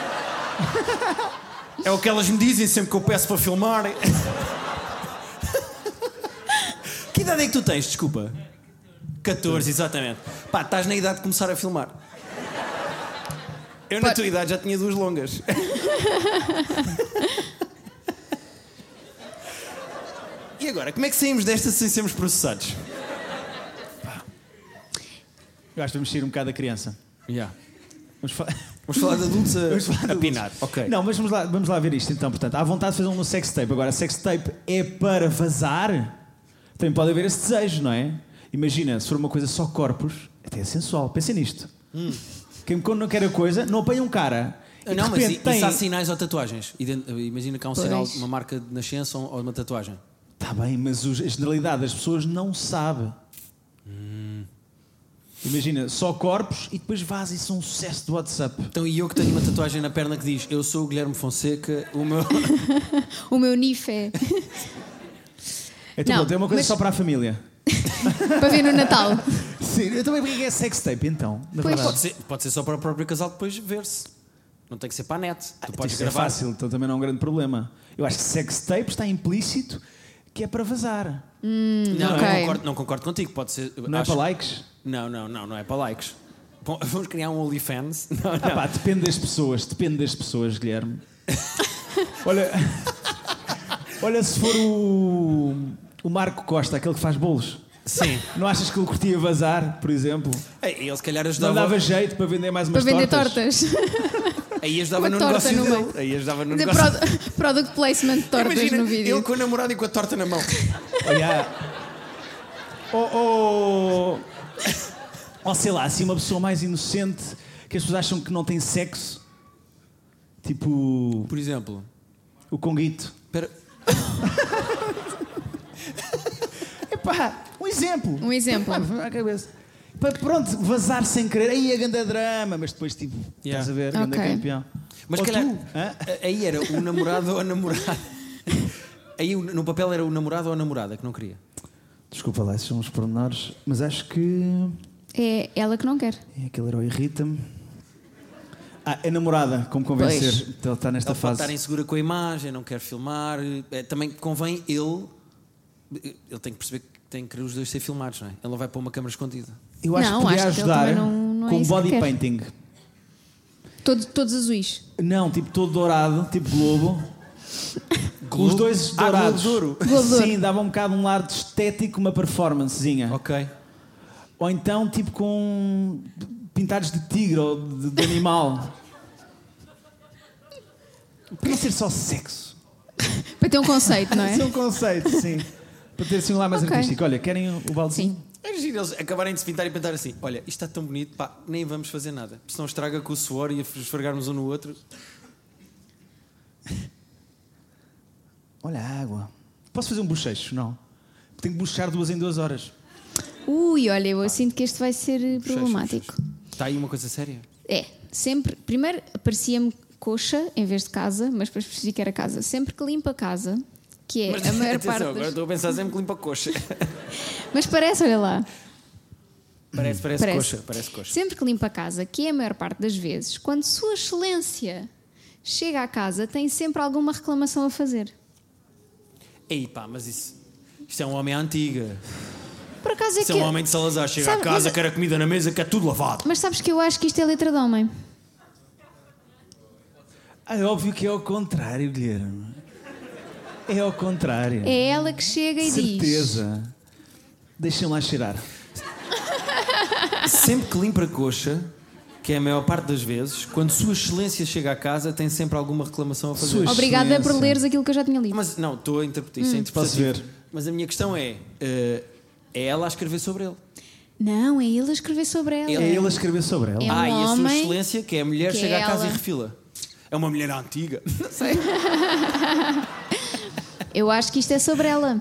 É o que elas me dizem sempre que eu peço para filmar. Que idade é que tu tens, desculpa? catorze, exatamente. Pá, estás na idade de começar a filmar. Eu na Pode- tua idade já tinha duas longas. E agora, como é que saímos desta sem sermos processados? Eu acho que vamos sair um bocado da criança. Yeah. Vamos falar... Vamos falar de adultos a, Vamos falar de a adultos. pinar. Ok. Não, mas vamos lá, vamos lá ver isto então. Portanto, há vontade de fazer um sextape. Agora, sextape é para vazar? Também pode haver esse desejo, não é? Imagina, se for uma coisa só corpos, até é sensual. Pensa nisto. Hum. Quem quando não quer a coisa, não apanha um cara. E de Não, mas repente i- tem... isso há sinais ou tatuagens. Ident- Imagina que há um Pois. sinal, uma marca de nascença ou uma tatuagem. Está bem, mas os- a generalidade das pessoas não sabe. Hum. Imagina, só corpos e depois vaza e são um sucesso do WhatsApp. Então, e eu que tenho uma tatuagem na perna que diz: eu sou o Guilherme Fonseca, o meu. O meu N I F é Então, Não, pronto, é uma coisa mas- só para a família. para ver no Natal. Sim, eu também porque é sextape então, na Pois. verdade. Pode ser, pode ser só para o próprio casal depois ver-se. Não tem que ser para a net. Tu podes Isto é gravar. fácil, então também não é um grande problema. Eu acho que sextape está implícito que é para vazar. Não, Ok. não, concordo, não concordo contigo. Pode ser. Não é acho- para likes? Não, não, não, não é para likes. Bom, vamos criar um OnlyFans? Não, não. Ah, pá, depende das pessoas, depende das pessoas, Guilherme. Olha, olha se for o, o Marco Costa, aquele que faz bolos. Sim. Não achas que ele curtia vazar, por exemplo? Ei, ele se calhar Não ajudava... dava jeito para vender mais Para umas vender tortas? tortas. Aí ajudava Uma no torta negócio no dele. meio. Aí ajudava no De negócio. produ- product placement de tortas Imagina, no vídeo. ele com a namorada e com a torta na mão. Olha, ou oh, oh, oh, sei lá, assim uma pessoa mais inocente que as pessoas acham que não tem sexo, tipo Por exemplo... o Conguito. Espera... Epá, um exemplo. Um exemplo. Epá, foi à cabeça. Para, pronto, vazar sem querer. Aí a ganda drama, mas depois tipo, Yeah. estás a ver, ganda Ok. campeão. Mas Ou se calhar... tu, hã? Aí era o namorado ou a namorada. Aí no papel era o namorado ou a namorada que não queria. Desculpa lá, esses são os pormenores, mas acho que É ela que não quer. é, aquele herói irrita-me. Ah, é namorada, como convencer. Pois. Então ele está nesta Ele pode fase. estar insegura com a imagem, não quer filmar. É, também convém ele. Ele tem que perceber que tem que querer os dois ser filmados, não é? Ele não vai pôr uma câmara escondida. Eu acho Não, que podia acho que ele ajudar também não- não é com isso que body quer. painting. Todos, todos azuis. Não, tipo todo dourado, tipo globo. Globo? Os dois Ah, dourados. Globo de Ouro. Globo de Ouro. Sim, dava um bocado um lado estético, uma performancezinha. Ok. Ou então tipo com pintados de tigre ou de, de animal. Para não ser só sexo. Para ter um conceito, não é? Esse é um conceito, sim. Para ter assim um lado mais Ok. artístico. Olha, querem o baldezinho? Sim. É giro eles acabarem de se pintar e pensar assim: olha, isto está tão bonito, pá, nem vamos fazer nada. Senão estraga com o suor e a esfregarmos um no outro. Olha a água. Posso fazer um bochecho? Não. Tenho que bochechar duas em duas horas. Ui, olha, eu sinto que este vai ser eh, problemático. Está aí uma coisa séria. É, sempre. Primeiro aparecia-me coxa em vez de casa, mas depois percebi que era casa. Sempre que limpa a casa, que é a maior atenção, parte. agora Das... estou a pensar sempre que limpa a coxa. Mas parece, olha lá. Parece, parece, Parece. coxa, parece coxa. Sempre que limpa a casa, que é a maior parte das vezes, quando Sua Excelência chega à casa, tem sempre alguma reclamação a fazer. Ei pá, mas isso. Isto é um homem à antiga. Por acaso é Isso que. é um homem de Salazar. Chega Sabe, à casa, mas- quer a comida na mesa, quer tudo lavado. Mas sabes que eu acho que isto é letra de homem. Ah, é óbvio que é ao contrário, Guilherme. É ao contrário. É ela que chega e diz. Certeza. Deixem lá cheirar. Sempre que limpa a coxa, que é a maior parte das vezes, quando Sua Excelência chega à casa, tem sempre alguma reclamação a fazer. Sua Obrigada por Excelência. leres aquilo que eu já tinha lido. Mas não, estou a interpretar. Isso é Posso interpretativo. ver? Mas a minha questão é: eh, é ela a escrever sobre ele? Não, é ele a escrever sobre ela. É ele a escrever sobre ela. É um ah, e a Sua homem Excelência, que é a mulher, que chega é à casa ela. e refila. É uma mulher antiga. Não sei. Eu acho que isto é sobre ela.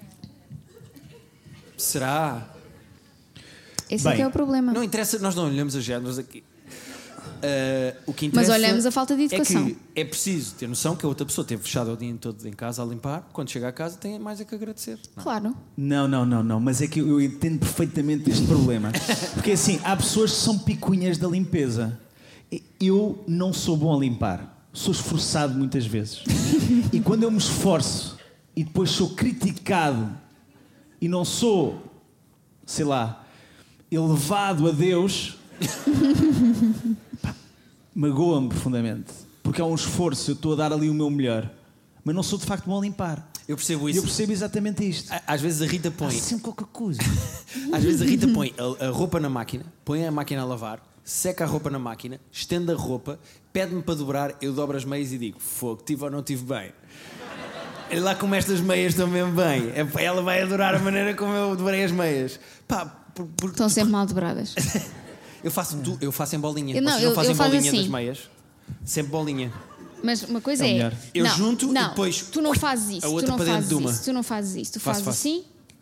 Será? Esse é Bem, que é o problema. Não interessa, nós não olhamos as géneros aqui. Eh, o que Mas interessa olhamos a falta de educação. É que é preciso ter noção que a outra pessoa esteve fechada o dia todo em casa a limpar. Quando chega a casa, tem mais a que agradecer. Não. Claro. Não, não, não, não. Mas é que eu, eu entendo perfeitamente este problema. Porque assim, há pessoas que são picunhas da limpeza. Eu não sou bom a limpar. Sou esforçado muitas vezes. E quando eu me esforço e depois sou criticado e não sou, sei lá, elevado a Deus, pá, magoa-me profundamente. Porque é um esforço, eu estou a dar ali o meu melhor. Mas não sou de facto bom a limpar. Eu percebo E isso. eu percebo exatamente isto. Á- Às vezes a Rita Há põe. sempre qualquer coisa. Às vezes a Rita põe a, a roupa na máquina, põe a máquina a lavar, seca a roupa na máquina, estende a roupa, pede-me para dobrar, eu dobro as meias e digo: fogo, tive ou não tive bem? Olha lá como estas meias estão mesmo bem. É- Ela vai adorar a maneira como eu dobrei as meias. Pá, por, por- Estão sempre mal dobradas. eu, faço, tu- eu faço em bolinha. Eu não, Vocês eu- não fazem eu faço bolinha assim. das meias? Sempre bolinha. Mas uma coisa É o é. melhor. Eu não, junto e não, depois- Tu não fazes isso. a Tu outra não para dentro fazes de uma. isso. Tu não fazes isso. Tu Faço, fazes faço. assim.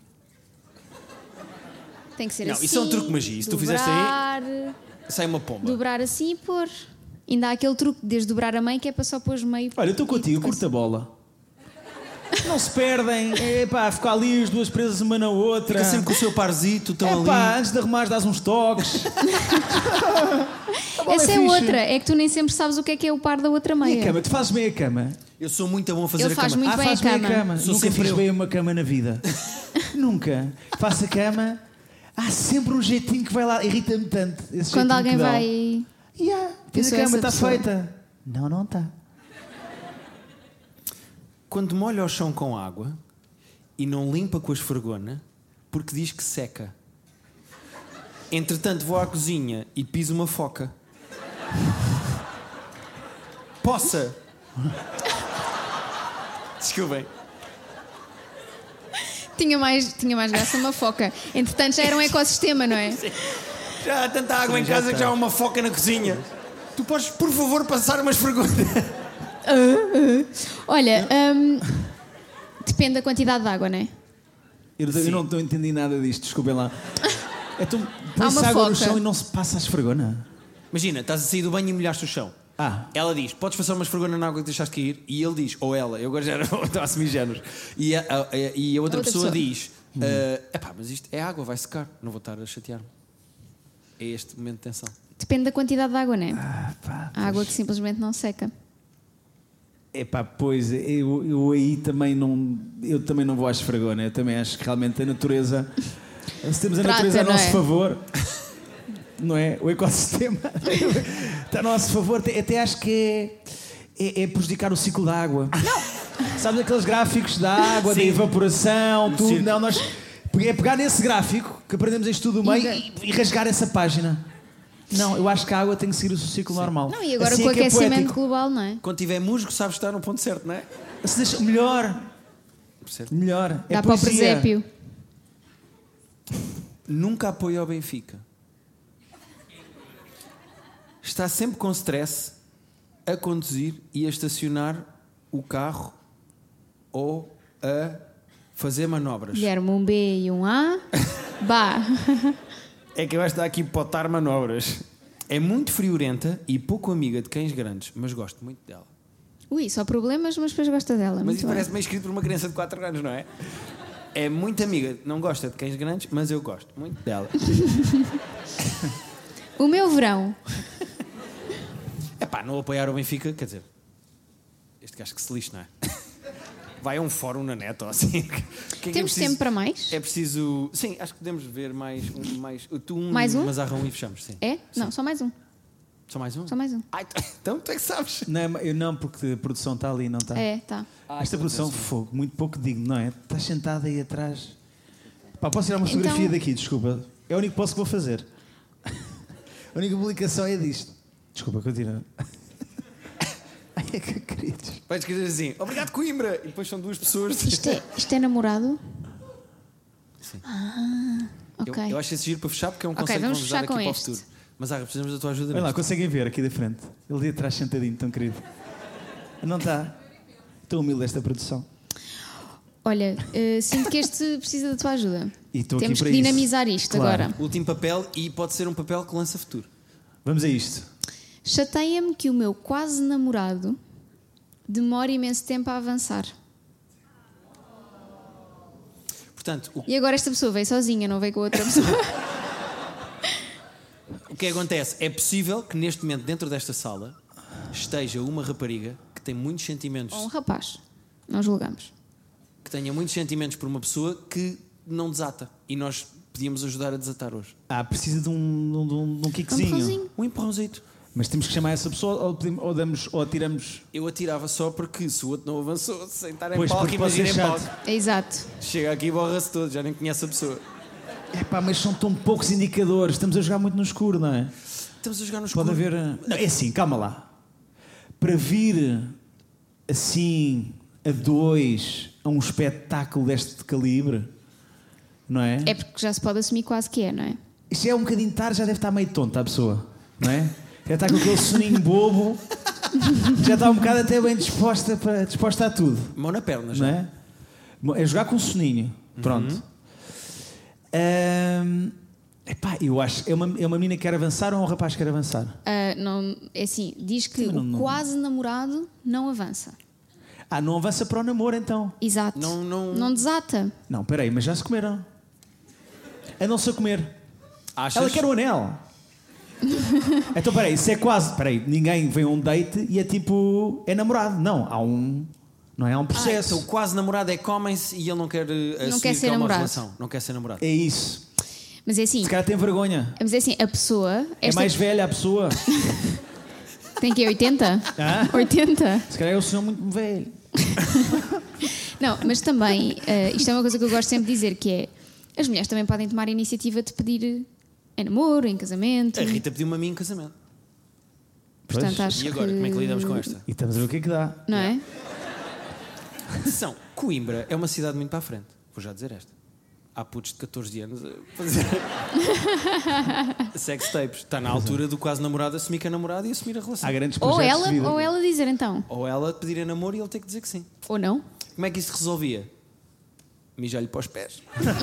Tem que ser Não, assim. isso é um truque de magia. Se tu fizeste aí. Sai uma pomba. Dobrar assim e pôr. Ainda há aquele truque de desdobrar a meio que é para só pôr meio. Olha, eu estou contigo, eu curto a bola. Não se perdem, é pá, ficar ali as duas presas uma na outra. Fica sempre com o seu parzito, estão É ali. pá, antes de arrumar, dás uns toques. A bola Essa é, fixe. outra. É que tu nem sempre sabes o que é que é o par da outra E a meia. cama? Tu fazes bem a cama? Eu sou muito bom a fazer Ele a faz cama. muito ah, bem fazes a bem cama. a cama. Sou Nunca sempre fiz eu. bem uma cama na vida. Nunca. Faço a cama. Há sempre um jeitinho que vai lá, irrita-me tanto. Esse Quando jeitinho alguém que dá. vai. Yeah, Eu fiz a sou cama, essa está pessoa. feita. Não, não está. Quando molha o chão com água e não limpa com a esfregona porque diz que seca. Entretanto, vou à cozinha e piso uma foca. Poça! Desculpem. Tinha mais, tinha mais graça uma foca. Entretanto, já era um ecossistema, não é? Já há tanta água Sim, em já casa está. que já há uma foca na cozinha. Tu podes, por favor, passar uma esfregona? Olha, hum, depende da quantidade de água, não é? Eu, eu não estou a entender nada disto, desculpem lá. Então, Há põe-se uma água no foca. chão e não se passa a esfregona. Imagina, estás a sair do banho e molhaste o chão. Ah, Ela diz, podes passar uma esfregona na água que deixaste cair? E ele diz, ou ela, eu agora já estou a assumir géneros. E a, a- a- e a outra, A outra pessoa, pessoa. diz, "Ah, epá, mas isto é água, vai secar, não vou estar a chatear-me." É este momento de tensão. Depende da quantidade de água, não é? ah pá. Há água que simplesmente não seca. Epá, pois, eu, eu aí também não, eu também não vou à esfregona. Eu também acho que realmente a natureza, se temos a Trata, natureza a não nosso é? favor, não é? O ecossistema está a nosso favor. Até, até acho que é, é, é prejudicar o ciclo da água. Não! Sabes aqueles gráficos da água, da Sim. evaporação, tudo? Sim. Não, nós é pegar nesse gráfico que aprendemos isto tudo do meio E- e, e rasgar essa página. Não, eu acho que a água tem que seguir o seu ciclo normal. Não, e agora Assim com o é que é aquecimento poético. global, não é? Quando tiver musgo, sabes estar no ponto certo, não é? Se deixa- melhor, Percebe? melhor. É Dá para o poesia. presépio. Nunca apoio ao Benfica. Está sempre com stress a conduzir e a estacionar o carro ou a fazer manobras. Guilherme, um B e um A. Bah. É que eu acho que está aqui potar manobras. É muito friorenta e pouco amiga de cães grandes, mas gosto muito dela. Ui, só problemas, mas depois gosta dela. Mas Muito isso bem. parece meio escrito por uma criança de quatro anos, não é? É muito amiga, não gosta de cães grandes, mas eu gosto muito dela. O meu verão. É pá, não apoiar o Benfica, quer dizer, este gajo que se lixe, não é? Vai a um fórum na net ou assim. Que é que é Temos preciso- tempo para mais? É preciso. Sim, acho que podemos ver mais um. Mais, tu um, Mais um? Mas arrão e fechamos, sim. É? Não, só mais um. Só mais um? Só mais um. Ai, tu- então tu é que sabes. Não, eu não, porque a produção está ali, não está? É, tá. Esta produção, fogo, muito pouco digno, não é? Estás sentada aí atrás. Pá, posso tirar uma Então- fotografia daqui, desculpa. É o único posso que vou fazer. A única publicação é disto. Desculpa, continua. Ai, é que queridos. Vais escrever assim, obrigado Coimbra! E depois são duas pessoas. Isto é, isto é namorado? Sim. Ah, Eu, ok. eu acho esse giro para fechar porque é um Ok, conceito vamos que vamos usar fechar aqui com para o este. futuro. Mas Arra, precisamos da tua ajuda Olha lá, nisto. conseguem ver aqui da frente. Ele ali atrás sentadinho, tão querido. Não está? Tão humilde esta produção. Olha, eh, sinto que este precisa da tua ajuda. E estou aqui Temos para que isso. dinamizar isto Claro. agora. Último papel e pode ser um papel que lança futuro. Vamos a isto. Chateia-me que o meu quase namorado demora imenso tempo a avançar. Portanto, o, E agora esta pessoa veio sozinha, não veio com outra pessoa. o que acontece? É possível que neste momento, dentro desta sala, esteja uma rapariga que tem muitos sentimentos, Ou um rapaz. Não julgamos. que tenha muitos sentimentos por uma pessoa que não desata. E nós podíamos ajudar a desatar hoje. Ah, precisa de um, de um, de um Um kickzinho. empurrãozinho. Um empurrãozito. Mas temos que chamar essa pessoa ou, pedimos- ou damos, ou atiramos. Eu atirava só porque se o outro não avançou, sem estar em Pois, palco, porque pode imagina ser em chato. palco. É exato. Chega aqui e borra-se todo, já nem conhece a pessoa. Epá, mas são tão poucos indicadores. Estamos a jogar muito no escuro, não é? Estamos a jogar no Pode escuro. haver. uh, Não, é assim, calma lá. Para vir assim a dois a um espetáculo deste calibre, não é? É porque já se pode assumir quase que é, não é? Isto é um bocadinho tarde, já deve estar meio tonta a pessoa, não é? Já está com aquele soninho bobo, já está um bocado até bem disposta, para, disposta a tudo, Mão na perna já. não é? Bom, é jogar com soninho, pronto. Ahm, epá, eu acho, é uma, é uma menina que quer avançar ou um rapaz que quer avançar? Ah, não, é assim, diz que Não, o não- quase namorado não avança. Ah, não avança para o namoro então. Exato. Não- não- desata. Não, peraí, mas já se comeram. Andam-se a comer. Achas? Ela quer o anel. Então peraí, se é quase. Peraí, ninguém vem a um date e é tipo. É namorado. Não, há um. Não é? Há um Ah, processo. então quase namorado é comem-se e ele não quer uh, assumir quer que ser é uma namorado. relação. Não quer ser namorado. É isso. Mas é assim. Se calhar tem vergonha. Mas é assim, a pessoa. É Esta... mais velha a pessoa. Tem que oitenta? Hã? oitenta? Se calhar é o senhor muito velho. Não, mas também, uh, isto é uma coisa que eu gosto sempre de dizer, que é, as mulheres também podem tomar a iniciativa de pedir em namoro, em casamento. A Rita pediu-me a mim em casamento. Portanto, Pois. acho E agora, que... como é que lidamos com esta? E estamos a ver o que é que dá. Não é? Atenção, Coimbra é uma cidade muito para a frente. Vou já dizer esta. Há putos de catorze anos a fazer sex tapes. Está na altura do quase namorado assumir que é namorado e assumir a relação. Há grandes Ou projetos ela, de vida. ou ela dizer então. Ou ela pedir em namoro e ele ter que dizer que sim. Ou não. Como é que isso se resolvia? Mijar-lhe para os pés.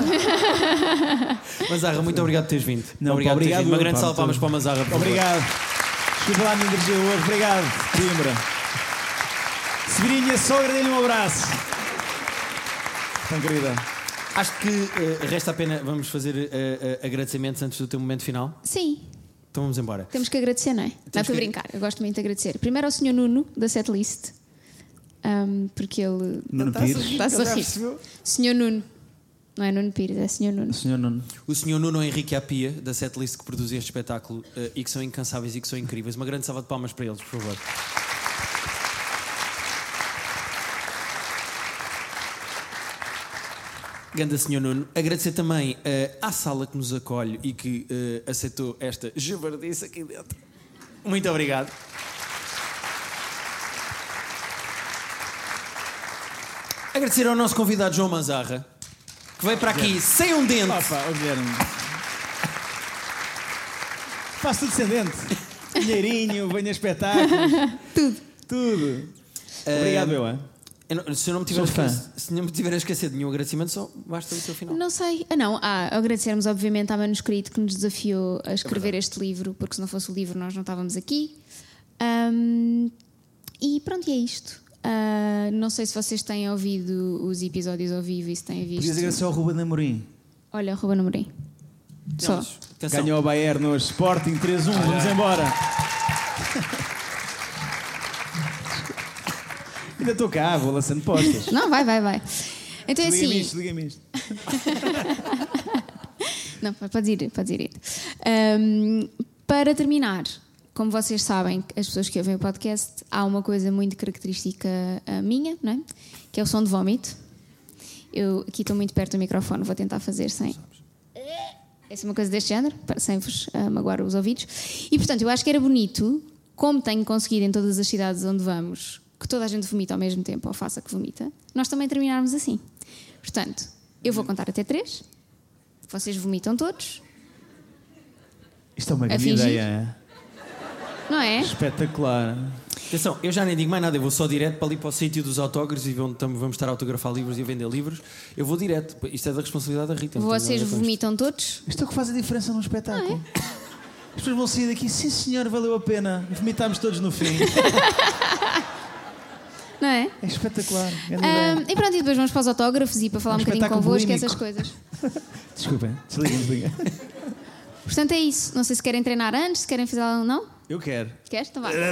Mazarra, muito obrigado por teres vindo. Não, obrigado, pá, por teres obrigado vindo. Uma eu, grande pá, salva de palmas muito- para o Mazarra, por favor. Obrigado. Desculpa lá a minha energia hoje. Obrigado, Coimbra. Severinha, sogra, dê-lhe um abraço. Tão querida. Acho que eh, resta apenas vamos fazer eh, eh, agradecimentos antes do teu momento final. Sim, Então vamos embora. temos que agradecer, não é? Não, estou a que- brincar, eu gosto muito de agradecer. Primeiro ao senhor Nuno, da setlist, um, porque ele Nuno Pires. está-se a rir. senhor Nuno, não é Nuno Pires, é senhor Nuno. Senhor Nuno. O senhor Nuno Henrique Apia, da setlist que produz este espetáculo eh, e que são incansáveis e que são incríveis. Uma grande salva de palmas para eles, por favor. Ganda senhor Nuno. Agradecer também eh, à sala que nos acolhe e que eh, aceitou esta javardice aqui dentro. Muito obrigado. Agradecer ao nosso convidado João Mazarra, que veio para aqui sem um dente. Opa, ó Guilherme. Faço tudo descendente. Dinheirinho, venho a espetáculos. Tudo. Tudo. Obrigado, eu, hein? Eu não- se eu não me tiver, a Sou fã. esquecer, se não me tiver a esquecer de nenhum agradecimento, só basta o seu final. Não sei. Ah, não. Ah, agradecermos, obviamente, à Manuscrito que nos desafiou a escrever verdade. este livro, porque se não fosse o livro nós não estávamos aqui. Ahm, e pronto, e é isto. Ah, não sei se vocês têm ouvido os episódios ao vivo e se têm visto. Podias agradecer ao Ruben Amorim. Olha, Ruben Amorim. Só. Não, mas, atenção. Ganhou o Bayern hoje. Sporting três a um. Vamos embora. Ainda estou cá, vou lançando postas. Não, vai, vai, vai. Então é Liga-me assim. isto, liga-me isto. Não, podes ir, podes ir. Ahm, para terminar, como vocês sabem, as pessoas que ouvem o podcast, há uma coisa muito característica ah, minha, não é? Que é o som de vómito. Eu aqui estou muito perto do microfone, vou tentar fazer sem. Essa é uma coisa deste género, para- sem vos ah, magoar os ouvidos. E portanto, eu acho que era bonito, como tenho conseguido em todas as cidades onde vamos, que toda a gente vomita ao mesmo tempo, ou faça que vomita, nós também terminarmos assim. Portanto, eu vou contar até três. Vocês vomitam todos, Isto é uma A grande fingir? ideia. não é? Espetacular. Atenção, eu já nem digo mais nada, eu vou só direto para ali para o sítio dos autógrafos e onde tam- vamos estar a autografar livros e a vender livros. Eu vou direto, isto é da responsabilidade da Rita. não tem Vocês nada a ver com isto. vomitam todos? Isto é o que faz a diferença num espetáculo. As pessoas vão sair daqui, sim senhor, valeu a pena. Vomitámos todos no fim. Não é? É espetacular. Grande Ahm, ideia. e pronto, e depois vamos para os autógrafos e para falar Um um bocadinho espetáculo convosco e bulímico. essas coisas. Desculpem, desliguem, desliguem. Portanto, é isso. Não sei se querem treinar antes, se querem fazer algo. Não? Eu quero. Queres? Então vá.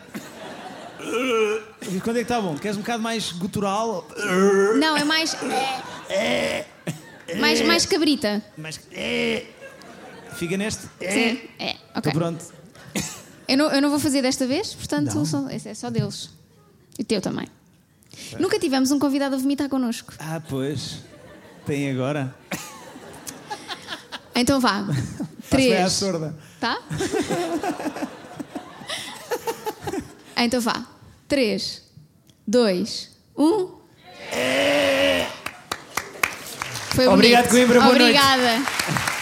E quando é que está bom? Queres um bocado mais gutural? Não, é mais. Mais, mais cabrita. Mais... Fica neste? Sim. É, ok. Estou pronto. Eu não, eu não vou fazer desta vez, portanto, Não. só, esse é só deles. E o teu também. Nunca tivemos um convidado a vomitar connosco. Ah, pois. Tem agora. Então vá. Vai à Três. sorda. Tá? Então vá. Três, dois, um. Foi Obrigado, bonito. Coimbra, boa noite. Obrigada.